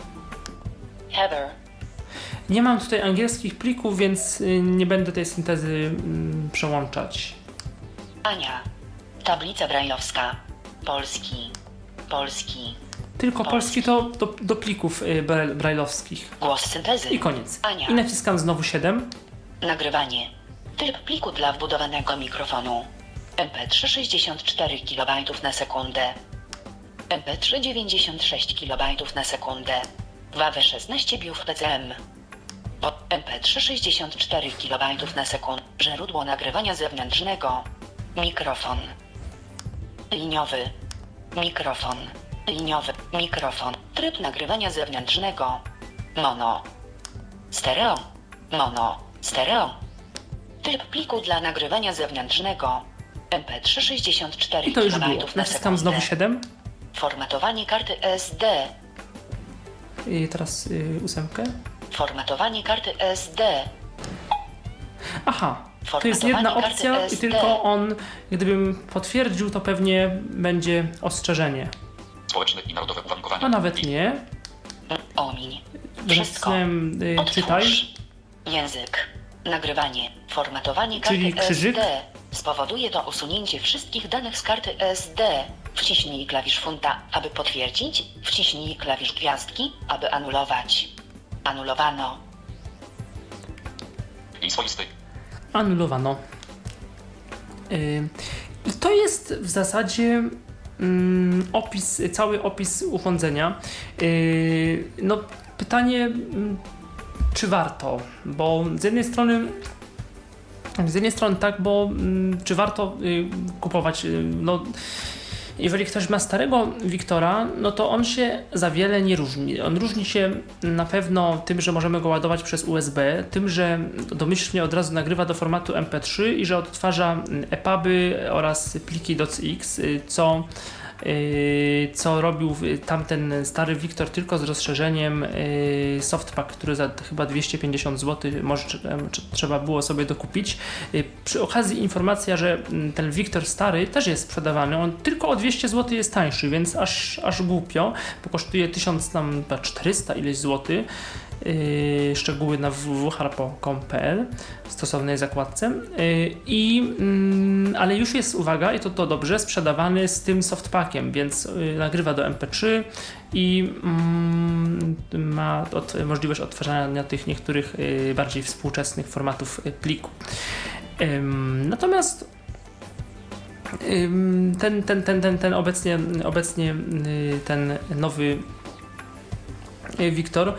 [SPEAKER 4] Heather.
[SPEAKER 2] Nie mam tutaj angielskich plików, więc yy, nie będę tej syntezy yy, przełączać.
[SPEAKER 4] Ania. Tablica brajlowska. Polski. Polski.
[SPEAKER 2] Tylko
[SPEAKER 4] Polski.
[SPEAKER 2] polski to do, do plików yy, bra- brajlowskich.
[SPEAKER 4] Głos syntezy.
[SPEAKER 2] I koniec.
[SPEAKER 4] Ania.
[SPEAKER 2] I naciskam znowu siedem.
[SPEAKER 4] Nagrywanie. Typ pliku dla wbudowanego mikrofonu. M P trzy sześćdziesiąt cztery kilobajtów na sekundę. M P trzy dziewięćdziesiąt sześć kilobajtów na sekundę. W A W szesnaście biów P C M. Po M P trzy sześćdziesiąt cztery kilobajtów na sekundę. Źródło nagrywania zewnętrznego. Mikrofon. Liniowy. Mikrofon. Liniowy. Mikrofon. Tryb nagrywania zewnętrznego. Mono. Stereo. Mono. Stereo. Typ pliku dla nagrywania zewnętrznego. M P trzy sześćdziesiąt cztery
[SPEAKER 2] I to już było.
[SPEAKER 4] kilobajtów na
[SPEAKER 2] Naciskam
[SPEAKER 4] sekundę.
[SPEAKER 2] znowu siedem.
[SPEAKER 4] Formatowanie karty S D.
[SPEAKER 2] I teraz y, ósemkę.
[SPEAKER 4] Formatowanie karty S D.
[SPEAKER 2] Aha, to jest jedna
[SPEAKER 4] Formatowanie
[SPEAKER 2] opcja
[SPEAKER 4] karty
[SPEAKER 2] i
[SPEAKER 4] S D.
[SPEAKER 2] tylko on, gdybym potwierdził, to pewnie będzie ostrzeżenie.
[SPEAKER 5] Społeczne i narodowe uwarunkowania.
[SPEAKER 2] A nawet nie.
[SPEAKER 4] Omiń. Wszystko.
[SPEAKER 2] Nacisnąłem y, czytaj.
[SPEAKER 4] Otwórz. Język. Nagrywanie. Formatowanie karty
[SPEAKER 2] Czyli krzyżyk.
[SPEAKER 4] S D. Spowoduje to usunięcie wszystkich danych z karty S D. Wciśnij klawisz funta, aby potwierdzić. Wciśnij klawisz gwiazdki, aby anulować. Anulowano.
[SPEAKER 5] I swoisty.
[SPEAKER 2] Anulowano. Y, I to jest w zasadzie mm, opis, cały opis urządzenia. Y, no pytanie, mm, czy warto? Bo z jednej strony z jednej strony tak, bo mm, czy warto y, kupować? Y, no, jeżeli ktoś ma starego Wiktora, no to on się za wiele nie różni. On różni się na pewno tym, że możemy go ładować przez U S B, tym, że domyślnie od razu nagrywa do formatu M P trzy i że odtwarza epuby oraz pliki docx, co co robił tamten stary Wiktor tylko z rozszerzeniem Softpak, który za chyba dwieście pięćdziesiąt złotych może trzeba było sobie dokupić. Przy okazji informacja, że ten Wiktor stary też jest sprzedawany, on tylko o dwieście złotych jest tańszy, więc aż, aż głupio, bo kosztuje tysiąc czterysta ileś złotych. Yy, szczegóły na w w w harpo kropka com kropka p l w stosownej zakładce yy, i, yy, ale już jest, uwaga, i to, to dobrze, sprzedawany z tym softpackiem, więc yy, nagrywa do M P trzy i yy, ma od, możliwość odtwarzania tych niektórych yy, bardziej współczesnych formatów yy, pliku. Yy, natomiast yy, ten, ten, ten, ten, ten obecnie, obecnie yy, ten nowy yy, Wiktor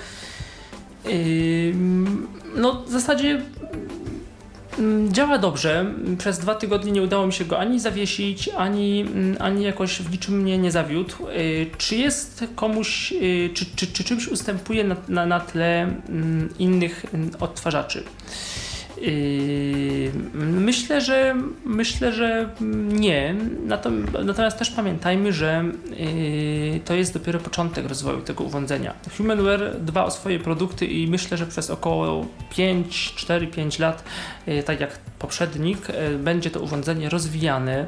[SPEAKER 2] no w zasadzie działa dobrze. Przez dwa tygodnie nie udało mi się go ani zawiesić, ani, ani jakoś w niczym mnie nie zawiódł. Czy jest komuś, czy, czy, czy czymś ustępuje na, na, na tle innych odtwarzaczy? Myślę, że myślę, że nie. Natomiast też pamiętajmy, że to jest dopiero początek rozwoju tego urządzenia. Humanware dba o swoje produkty i myślę, że przez około pięć, cztery, pięć lat, tak jak poprzednik, będzie to urządzenie rozwijane.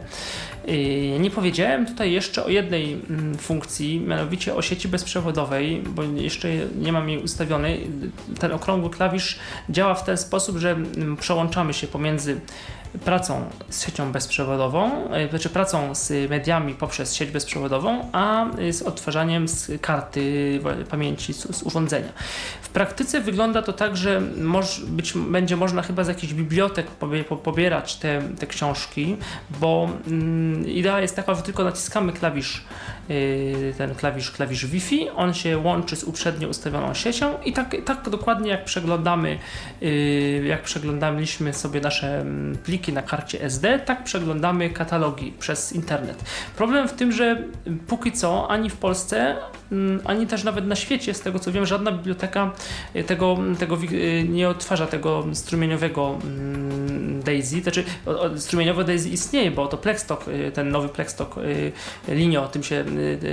[SPEAKER 2] Nie powiedziałem tutaj jeszcze o jednej funkcji, mianowicie o sieci bezprzewodowej, bo jeszcze nie mam jej ustawionej. Ten okrągły klawisz działa w ten sposób, że przełączamy się pomiędzy pracą z siecią bezprzewodową, znaczy pracą z mediami poprzez sieć bezprzewodową, a z odtwarzaniem z karty pamięci, z, z urządzenia. W praktyce wygląda to tak, że moż, być, będzie można chyba z jakichś bibliotek pobie, po, pobierać te, te książki, bo mm, idea jest taka, że tylko naciskamy klawisz, yy, ten klawisz, klawisz Wi-Fi, on się łączy z uprzednio ustawioną siecią i tak, tak dokładnie jak przeglądamy, yy, jak przeglądaliśmy sobie nasze pliki na karcie S D, tak przeglądamy katalogi przez internet. Problem w tym, że póki co ani w Polsce, ani też nawet na świecie, z tego co wiem, żadna biblioteka tego, tego nie odtwarza tego strumieniowego Daisy. Znaczy, strumieniowe Daisy istnieje, bo to Plextalk, ten nowy Plextalk Linio, tym się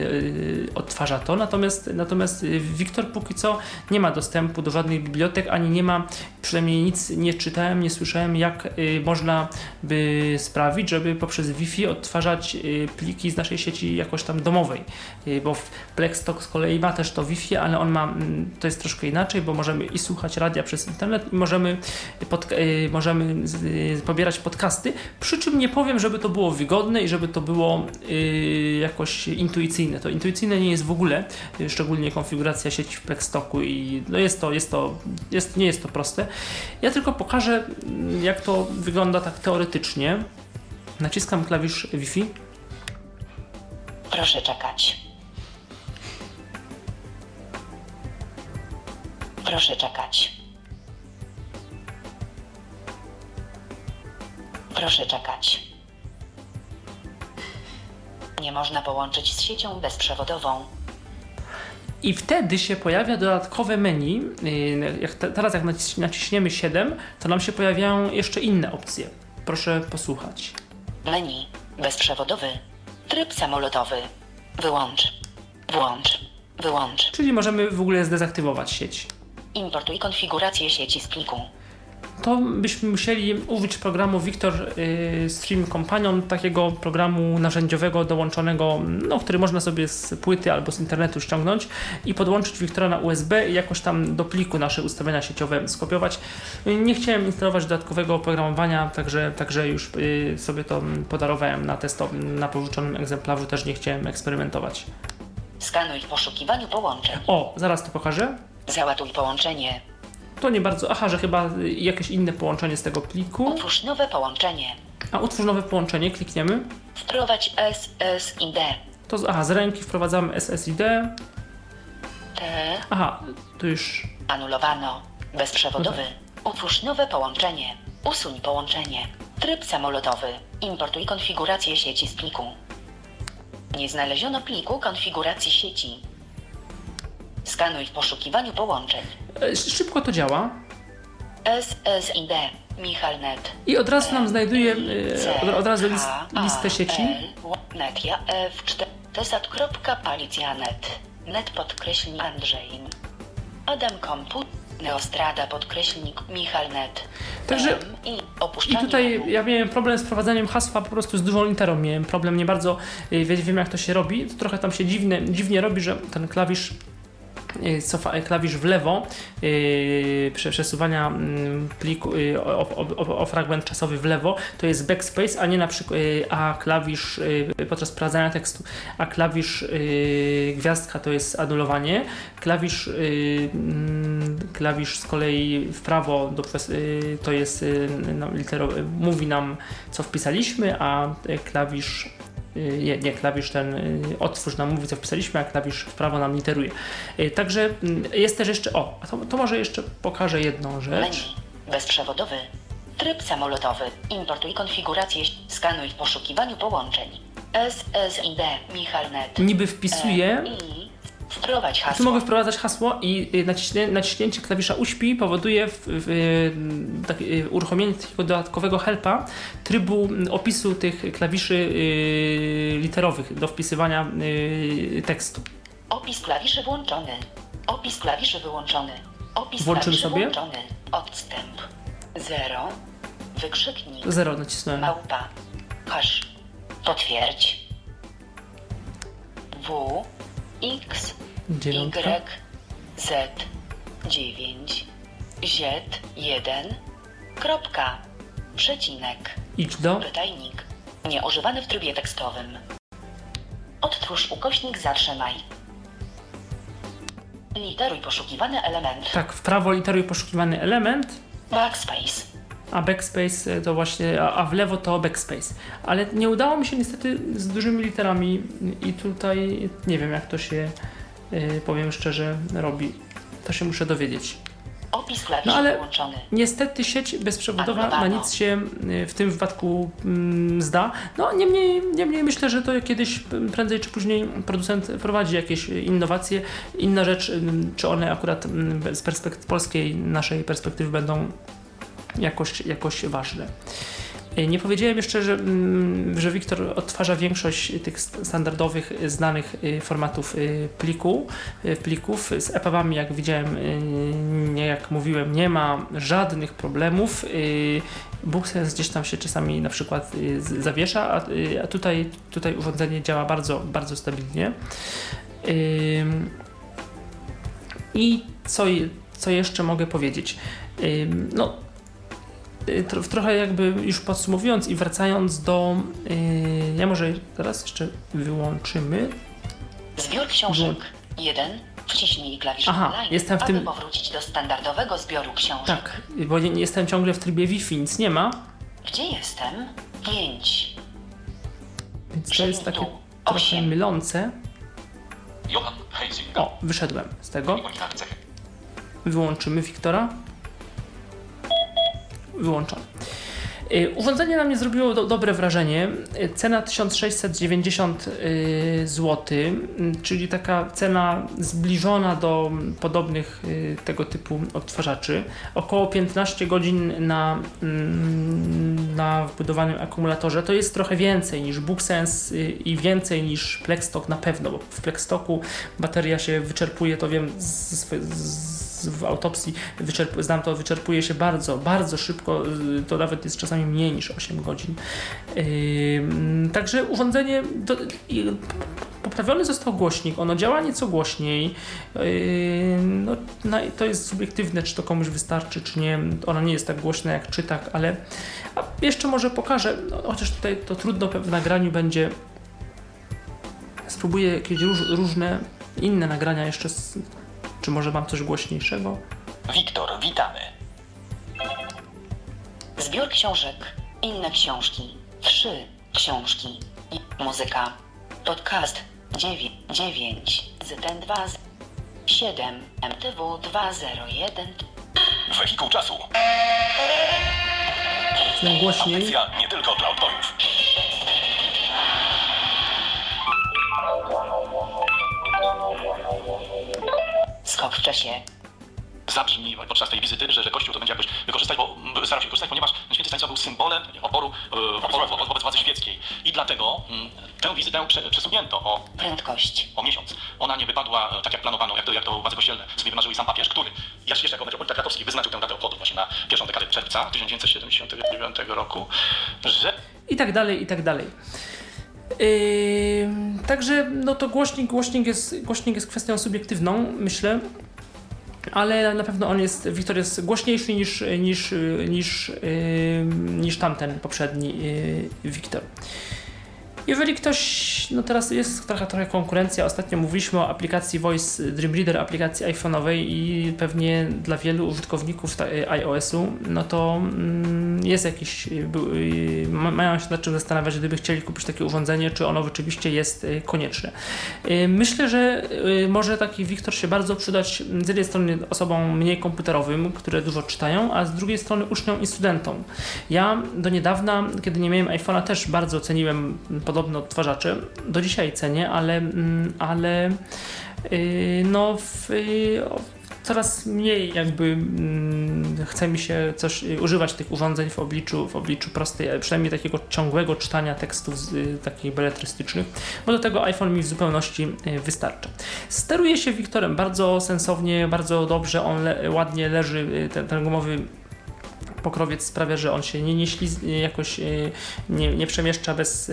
[SPEAKER 2] odtwarza to, natomiast, natomiast Wiktor póki co nie ma dostępu do żadnych bibliotek, ani nie ma, przynajmniej nic nie czytałem, nie słyszałem, jak można by sprawić, żeby poprzez Wi-Fi odtwarzać pliki z naszej sieci jakoś tam domowej, bo Plextalk z kolei ma też to Wi-Fi, ale on ma, to jest troszkę inaczej, bo możemy i słuchać radia przez internet i możemy, pod, możemy pobierać podcasty, przy czym nie powiem, żeby to było wygodne i żeby to było jakoś intuicyjne. To intuicyjne nie jest w ogóle, szczególnie konfiguracja sieci w Plextalku i no jest to, jest to, jest, nie jest to proste. Ja tylko pokażę, jak to wygląda tak teoretycznie. Naciskam klawisz Wi-Fi.
[SPEAKER 4] Proszę czekać. Proszę czekać. Proszę czekać. Nie można połączyć z siecią bezprzewodową.
[SPEAKER 2] I wtedy się pojawia dodatkowe menu. Jak te, teraz jak naciśniemy siedem, to nam się pojawiają jeszcze inne opcje. Proszę posłuchać.
[SPEAKER 4] Menu. Bezprzewodowy. Tryb samolotowy. Wyłącz. Włącz. Wyłącz.
[SPEAKER 2] Czyli możemy w ogóle zdezaktywować sieć.
[SPEAKER 4] Importuj konfigurację sieci z pliku.
[SPEAKER 2] To byśmy musieli użyć programu Victor y, Stream Companion, takiego programu narzędziowego dołączonego, no, który można sobie z płyty albo z internetu ściągnąć i podłączyć Victora na U S B i jakoś tam do pliku nasze ustawienia sieciowe skopiować. Nie chciałem instalować dodatkowego oprogramowania, także, także już y, sobie to podarowałem na testo, na pożyczonym egzemplarzu, też nie chciałem eksperymentować.
[SPEAKER 4] Skanuj w poszukiwaniu połączeń.
[SPEAKER 2] O, zaraz to pokażę.
[SPEAKER 4] Załatuj połączenie.
[SPEAKER 2] To nie bardzo, aha, że chyba jakieś inne połączenie z tego pliku.
[SPEAKER 4] Utwórz nowe połączenie.
[SPEAKER 2] A utwórz nowe połączenie, klikniemy.
[SPEAKER 4] Wprowadź S S I D.
[SPEAKER 2] To z, aha, z ręki wprowadzamy S S I D.
[SPEAKER 4] T.
[SPEAKER 2] Aha, to już...
[SPEAKER 4] Anulowano. Bezprzewodowy. Utwórz nowe połączenie. Usuń połączenie. Tryb samolotowy. Importuj konfigurację sieci z pliku. Nie znaleziono pliku konfiguracji sieci. Skanuj w poszukiwaniu połączeń.
[SPEAKER 2] E, Szybko to działa.
[SPEAKER 4] S S I D. Michalnet.
[SPEAKER 2] I od razu nam znajduje e, od, od razu list, listę sieci.
[SPEAKER 4] Netia F cztery. Tesat.palicjanet. Net podkreślnik Andrzej. Adam Komput. Neostrada podkreślnik Michalnet.
[SPEAKER 2] Także
[SPEAKER 4] M i opuszczanie
[SPEAKER 2] I tutaj
[SPEAKER 4] menu.
[SPEAKER 2] ja miałem problem z wprowadzaniem hasła po prostu z dużą literą. Miałem problem, nie bardzo e, wiem jak to się robi. To trochę tam się dziwnie, dziwnie robi, że ten klawisz cofa, klawisz w lewo yy, przesuwania pliku yy, o, o, o, o fragment czasowy w lewo to jest backspace, a nie na przykład yy, a klawisz yy, podczas sprawdzania tekstu, a klawisz yy, gwiazdka to jest anulowanie, klawisz yy, klawisz z kolei w prawo do, yy, to jest yy, no, litero, yy, mówi nam co wpisaliśmy, a yy, klawisz Nie, nie, klawisz ten y, otwórz nam mówi co wpisaliśmy, a klawisz w prawo nam literuje. Y, także y, jest też jeszcze, o, to, to może jeszcze pokażę jedną rzecz.
[SPEAKER 4] Menu. Bezprzewodowy. Tryb samolotowy. Importuj konfigurację. Skanuj w poszukiwaniu połączeń. S S I D. Michalnet.
[SPEAKER 2] Niby wpisuję.
[SPEAKER 4] I wprowadź hasło.
[SPEAKER 2] Tu mogę wprowadzać hasło i y, naciśnie, naciśnięcie klawisza uśpi powoduje w, w, y, tak, y, uruchomienie takiego dodatkowego helpa, trybu opisu tych klawiszy y, literowych do wpisywania y, tekstu.
[SPEAKER 4] Opis klawiszy włączony. Opis klawiszy wyłączony. Opis
[SPEAKER 2] Włączymy
[SPEAKER 4] klawiszy
[SPEAKER 2] sobie?
[SPEAKER 4] włączony. Odstęp. Zero. Wykrzyknik.
[SPEAKER 2] Zero nacisnąłem.
[SPEAKER 4] Małpa. Hash. Potwierdź. W. X.
[SPEAKER 2] Dziewiątka.
[SPEAKER 4] Y. Z. dziewięć. Z. jeden. Kropka. Przecinek.
[SPEAKER 2] Idź do.
[SPEAKER 4] Pytajnik. Nieużywany w trybie tekstowym. Odtwórz ukośnik zatrzymaj. Literuj poszukiwany element.
[SPEAKER 2] Tak, w prawo literuj poszukiwany element.
[SPEAKER 4] Backspace.
[SPEAKER 2] A backspace to właśnie, a, a w lewo to backspace. Ale nie udało mi się niestety z dużymi literami i tutaj nie wiem jak to się, yy, powiem szczerze, robi. To się muszę dowiedzieć.
[SPEAKER 4] Opis klawiszy
[SPEAKER 2] No ale
[SPEAKER 4] wyłączony.
[SPEAKER 2] niestety sieć bezprzewodowa na
[SPEAKER 4] Anulowano.
[SPEAKER 2] nic się yy, w tym wypadku yy, zda. No niemniej, niemniej myślę, że to kiedyś prędzej czy później producent wprowadzi jakieś innowacje. Inna rzecz, yy, czy one akurat yy, z perspektywy polskiej, naszej perspektywy będą jakoś, jakoś ważne. Nie powiedziałem jeszcze, że, że Victor odtwarza większość tych standardowych, znanych formatów pliku, plików. Z epawami, jak widziałem, nie, jak mówiłem, nie ma żadnych problemów. BookSense gdzieś tam się czasami na przykład zawiesza, a, a tutaj, tutaj urządzenie działa bardzo, bardzo stabilnie. I co, co jeszcze mogę powiedzieć? No, trochę jakby już podsumowując i wracając do... Yy, ja może teraz jeszcze wyłączymy.
[SPEAKER 4] Zbiór książek. jeden. Wciśnij klawisz
[SPEAKER 2] Aha,
[SPEAKER 4] online,
[SPEAKER 2] jestem w
[SPEAKER 4] aby
[SPEAKER 2] tym...
[SPEAKER 4] powrócić do standardowego zbioru książek.
[SPEAKER 2] Tak, bo nie, nie jestem ciągle w trybie Wi-Fi, nic nie ma.
[SPEAKER 4] Gdzie jestem? pięć.
[SPEAKER 2] Więc to jest takie
[SPEAKER 4] Tu.
[SPEAKER 2] trochę
[SPEAKER 4] osiem.
[SPEAKER 2] mylące.
[SPEAKER 5] Johann Heising.
[SPEAKER 2] O, wyszedłem z tego.
[SPEAKER 5] Oryginalne cechy.
[SPEAKER 2] Wyłączymy Wiktora. Wyłączone. Urządzenie na mnie zrobiło do, dobre wrażenie. Cena tysiąc sześćset dziewięćdziesiąt złotych, czyli taka cena zbliżona do podobnych tego typu odtwarzaczy. Około piętnaście godzin na, na wbudowanym akumulatorze. To jest trochę więcej niż BookSense i więcej niż Plextalk na pewno, bo w Plextalku bateria się wyczerpuje, to wiem z, z, w autopsji, wyczerp, znam to, wyczerpuje się bardzo, bardzo szybko, to nawet jest czasami mniej niż osiem godzin. Yy, także urządzenie, do, poprawiony został głośnik, ono działa nieco głośniej, yy, no, no, to jest subiektywne, czy to komuś wystarczy, czy nie, ona nie jest tak głośna jak czytak, ale a jeszcze może pokażę, no, chociaż tutaj to trudno w nagraniu będzie, spróbuję jakieś róż, różne inne nagrania jeszcze, z, czy może mam coś głośniejszego?
[SPEAKER 7] Wiktor, witamy.
[SPEAKER 4] Zbiór książek, inne książki, trzy książki i muzyka. Podcast dziewięć Z N dwa siedem M T W dwa zero jeden.
[SPEAKER 7] Wehikuł czasu.
[SPEAKER 2] Najgłośniej.
[SPEAKER 7] Audycja nie tylko dla odborów.
[SPEAKER 4] Skok w czasie.
[SPEAKER 5] Zabrzmi podczas tej wizyty, że, że Kościół to będzie jakoś wykorzystać, bo starał się wykorzystać, ponieważ święty Stanisław był symbolem oporu, e, oporu wo, wobec władzy świeckiej. I dlatego m, tę wizytę prze, przesunięto o,
[SPEAKER 4] Prędkość.
[SPEAKER 5] o miesiąc. Ona nie wypadła tak jak planowano, jak to, jak to władze kościelne sobie wymarzyły, sam papież, który jeszcze jako metropolita krakowski wyznaczył tę datę obchodu właśnie na pierwszą dekadę czerwca tysiąc dziewięćset siedemdziesiątego dziewiątego roku, że...
[SPEAKER 2] I tak dalej, i tak dalej. Yy, także no to głośnik, głośnik, jest, głośnik jest kwestią subiektywną, myślę, ale na pewno on jest, Wiktor jest głośniejszy niż, niż, niż, yy, niż tamten poprzedni yy, Wiktor. Jeżeli ktoś, no teraz jest trochę, trochę konkurencja, ostatnio mówiliśmy o aplikacji Voice Dream Reader, aplikacji iPhone'owej i pewnie dla wielu użytkowników iOS-u, no to mm, jest jakiś, y, mają się nad czym zastanawiać, gdyby chcieli kupić takie urządzenie, czy ono rzeczywiście jest y, konieczne. Y, myślę, że y, może taki Wiktor się bardzo przydać z jednej strony osobom mniej komputerowym, które dużo czytają, a z drugiej strony uczniom i studentom. Ja do niedawna, kiedy nie miałem iPhone'a, też bardzo ceniłem podobne odtwarzacze, do dzisiaj cenię, ale, ale yy, no w, yy, coraz mniej jakby yy, chce mi się coś yy, używać tych urządzeń w obliczu, w obliczu prostej, przynajmniej takiego ciągłego czytania tekstów yy, takich beletrystycznych, bo do tego iPhone mi w zupełności yy, wystarcza. Steruje się Wiktorem bardzo sensownie, bardzo dobrze, on le, ładnie leży, yy, ten, ten gumowy pokrowiec sprawia, że on się nie, nie śliz, jakoś nie, nie przemieszcza bez,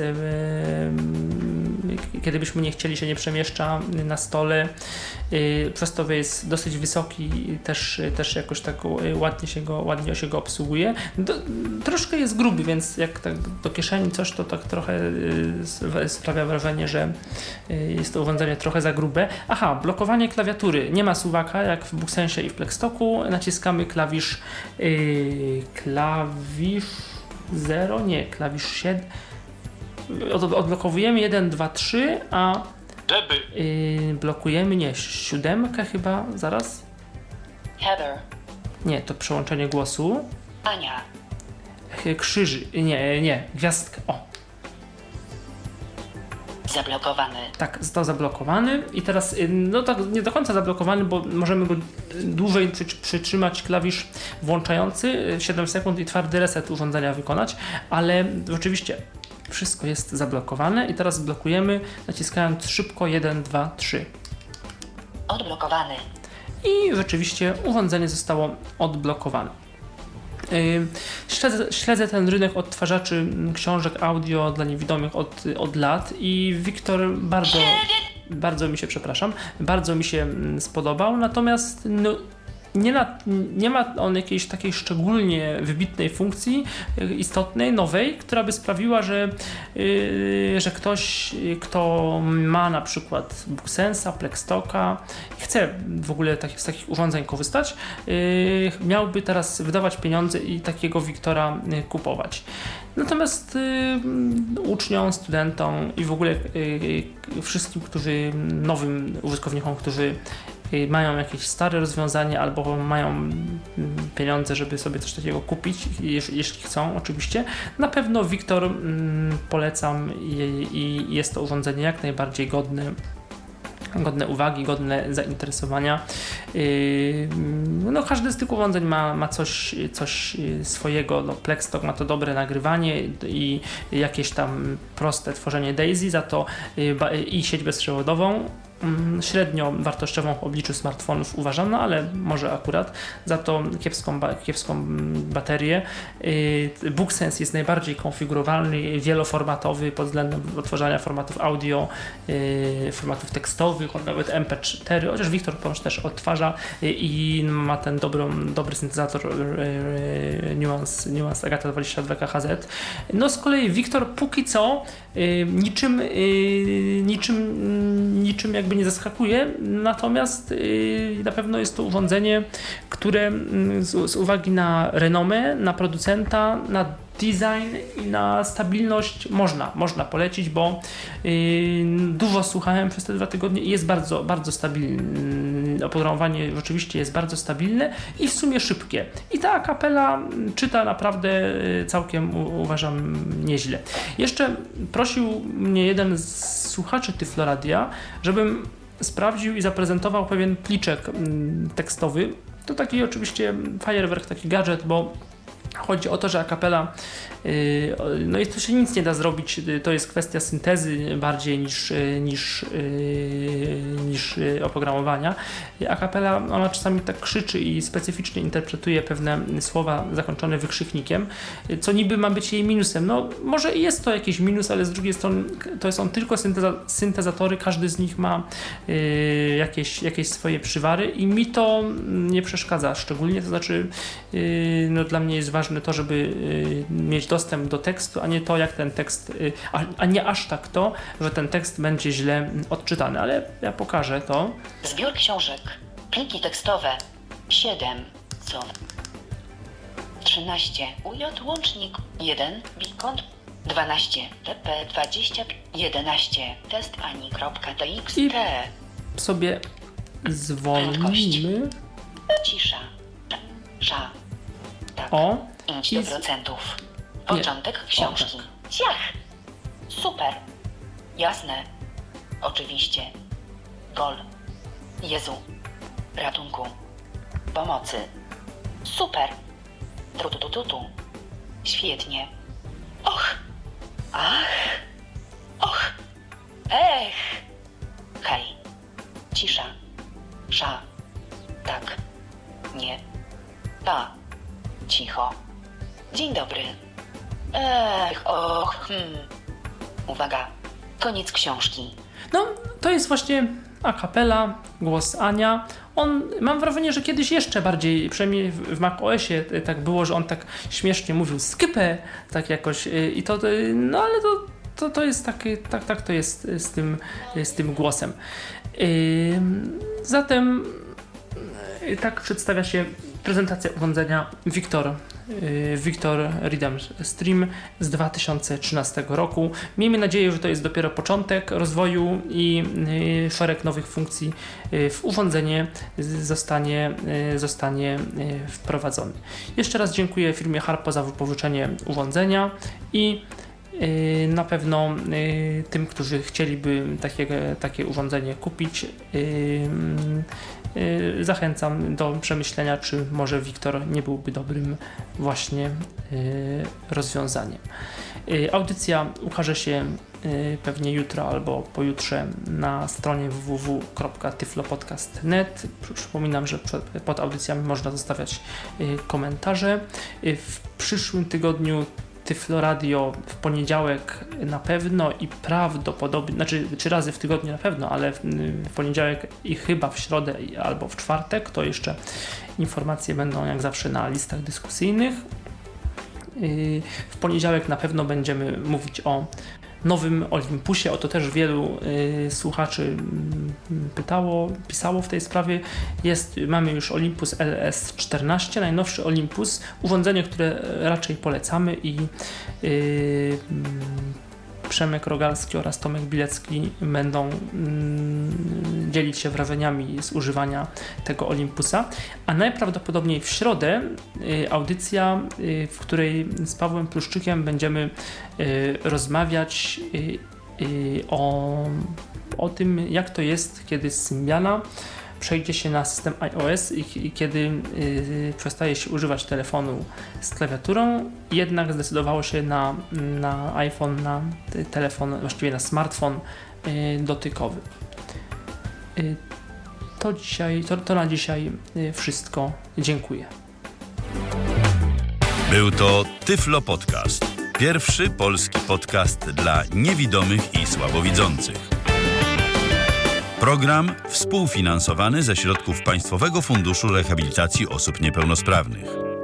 [SPEAKER 2] kiedy byśmy nie chcieli, się nie przemieszcza na stole, przez to jest dosyć wysoki, też, też jakoś tak ładnie się go, ładnie się go obsługuje. Do, troszkę jest gruby, więc jak tak do kieszeni coś, to tak trochę sprawia wrażenie, że jest to urządzenie trochę za grube. Aha, blokowanie klawiatury. Nie ma suwaka, jak w BookSensie i w Plextalku. Naciskamy klawisz yy, klawisz zero, nie, klawisz siedem. Od, odblokowujemy jeden, dwa, trzy, a yy, blokujemy, nie, siódemkę chyba, zaraz.
[SPEAKER 4] Heather.
[SPEAKER 2] Nie, to przełączenie głosu.
[SPEAKER 4] Ania.
[SPEAKER 2] Krzyży, nie, nie, gwiazdkę, o.
[SPEAKER 4] Zablokowany.
[SPEAKER 2] Tak, został zablokowany i teraz, no tak nie do końca zablokowany, bo możemy go dłużej przy, przytrzymać klawisz włączający, siedem sekund i twardy reset urządzenia wykonać, ale rzeczywiście wszystko jest zablokowane i teraz blokujemy, naciskając szybko jeden, dwa, trzy.
[SPEAKER 4] Odblokowany.
[SPEAKER 2] I rzeczywiście urządzenie zostało odblokowane. Śledzę, śledzę ten rynek odtwarzaczy książek audio dla niewidomych od, od lat i Wiktor bardzo, bardzo mi się, przepraszam, bardzo mi się spodobał, natomiast no, nie, na, nie ma on jakiejś takiej szczególnie wybitnej funkcji, istotnej, nowej, która by sprawiła, że, yy, że ktoś, kto ma na przykład BookSense'a, Plextalka i chce w ogóle tak, z takich urządzeń korzystać, yy, miałby teraz wydawać pieniądze i takiego Wiktora yy, kupować. Natomiast yy, uczniom, studentom i w ogóle yy, wszystkim, którzy nowym użytkownikom, którzy mają jakieś stare rozwiązanie albo mają pieniądze, żeby sobie coś takiego kupić, jeśli chcą oczywiście. Na pewno Wiktor mm, polecam i, i jest to urządzenie jak najbardziej godne godne uwagi, godne zainteresowania. No, każdy z tych urządzeń ma, ma coś, coś swojego. No, Plextalk ma to dobre nagrywanie i jakieś tam proste tworzenie Daisy, za to i sieć bezprzewodową, średnio wartościową w obliczu smartfonów uważam, no ale może akurat, za to kiepską, kiepską baterię. BookSense jest najbardziej konfigurowalny, wieloformatowy pod względem odtwarzania formatów audio, formatów tekstowych, nawet em pe cztery, chociaż Wiktor Pącz też odtwarza i ma ten dobrą, dobry syntezator Nuance, Nuance Agata dwadzieścia dwa K H Z. No z kolei Wiktor póki co niczym, niczym, niczym jak jakby nie zaskakuje, natomiast yy, na pewno jest to urządzenie, które z, z uwagi na renomę, na producenta, na design i na stabilność można, można polecić, bo yy, dużo słuchałem przez te dwa tygodnie i jest bardzo, bardzo stabilne. Oprogramowanie oczywiście jest bardzo stabilne i w sumie szybkie. I ta akapela czyta naprawdę całkiem u, uważam nieźle. Jeszcze prosił mnie jeden z słuchaczy Tyfloradia, żebym sprawdził i zaprezentował pewien pliczek tekstowy. To taki oczywiście fajerwerk, taki gadżet, bo chodzi o to, że akapela, no i to się nic nie da zrobić, to jest kwestia syntezy bardziej niż, niż, niż oprogramowania. Akapela, ona czasami tak krzyczy i specyficznie interpretuje pewne słowa zakończone wykrzyknikiem, co niby ma być jej minusem. No może jest to jakiś minus, ale z drugiej strony to są tylko synteza- syntezatory, każdy z nich ma jakieś, jakieś swoje przywary i mi to nie przeszkadza szczególnie, to znaczy no, dla mnie jest ważne to, żeby mieć dostęp do tekstu, a nie to, jak ten tekst, a, a nie aż tak to, że ten tekst będzie źle odczytany, ale ja pokażę to.
[SPEAKER 4] Zbiór książek, pliki tekstowe, siedem, co? trzynaście, U J łącznik, jeden, bikont, dwanaście, T P dwadzieścia, jedenaście, test ani.txt.
[SPEAKER 2] I sobie zwolnimy.
[SPEAKER 4] Cisza, sza, tak.
[SPEAKER 2] O,
[SPEAKER 4] idź
[SPEAKER 2] i
[SPEAKER 4] do
[SPEAKER 2] z...
[SPEAKER 4] procentów. Początek
[SPEAKER 2] Nie.
[SPEAKER 4] książki.
[SPEAKER 2] O, tak.
[SPEAKER 4] Ciach! Super! Jasne. Oczywiście. Gol. Jezu. Ratunku. Pomocy. Super! Trututututu. Świetnie. Och! Ach! Och! Ech! Hej. Cisza. Sza. Tak. Nie. Pa. Cicho. Dzień dobry. Ech, och, hmm. Uwaga. Koniec książki.
[SPEAKER 2] No, to jest właśnie akapela, głos Ania. On, mam wrażenie, że kiedyś jeszcze bardziej, przynajmniej w macOSie tak było, że on tak śmiesznie mówił skypę, tak jakoś i to, no ale to, to, to jest taki, tak, tak to jest z tym, z tym głosem. Zatem tak przedstawia się prezentacja urządzenia Victor, Victor Readem Stream z dwa tysiące trzynastego roku. Miejmy nadzieję, że to jest dopiero początek rozwoju i szereg nowych funkcji w urządzenie zostanie, zostanie wprowadzony. Jeszcze raz dziękuję firmie Harpo za wypożyczenie urządzenia i na pewno tym, którzy chcieliby takie, takie urządzenie kupić, zachęcam do przemyślenia, czy może Victor nie byłby dobrym właśnie rozwiązaniem. Audycja ukaże się pewnie jutro albo pojutrze na stronie w w w kropka tyflopodcast kropka net. Przypominam, że pod audycjami można zostawiać komentarze. W przyszłym tygodniu Tyfloradio w poniedziałek na pewno i prawdopodobnie, znaczy trzy razy w tygodniu na pewno, ale w, w poniedziałek i chyba w środę albo w czwartek, to jeszcze informacje będą jak zawsze na listach dyskusyjnych. W poniedziałek na pewno będziemy mówić o nowym Olympusie, o to też wielu y, słuchaczy pytało, pisało w tej sprawie. Jest, mamy już Olympus L S czternaście, najnowszy Olympus, urządzenie, które raczej polecamy i y, Przemek Rogalski oraz Tomek Bilecki będą mm, dzielić się wrażeniami z używania tego Olympusa, a najprawdopodobniej w środę y, audycja, y, w której z Pawłem Pluszczykiem będziemy y, rozmawiać y, o, o tym, jak to jest, kiedy Symbiana przejdzie się na system iOS i, i kiedy y, przestaje się używać telefonu z klawiaturą, jednak zdecydowało się na, na iPhone, na telefon, właściwie na smartfon y, dotykowy. Y, to, dzisiaj, to, to na dzisiaj y, wszystko. Dziękuję.
[SPEAKER 1] Był to Tyflo Podcast. Pierwszy polski podcast dla niewidomych i słabowidzących. Program współfinansowany ze środków Państwowego Funduszu Rehabilitacji Osób Niepełnosprawnych.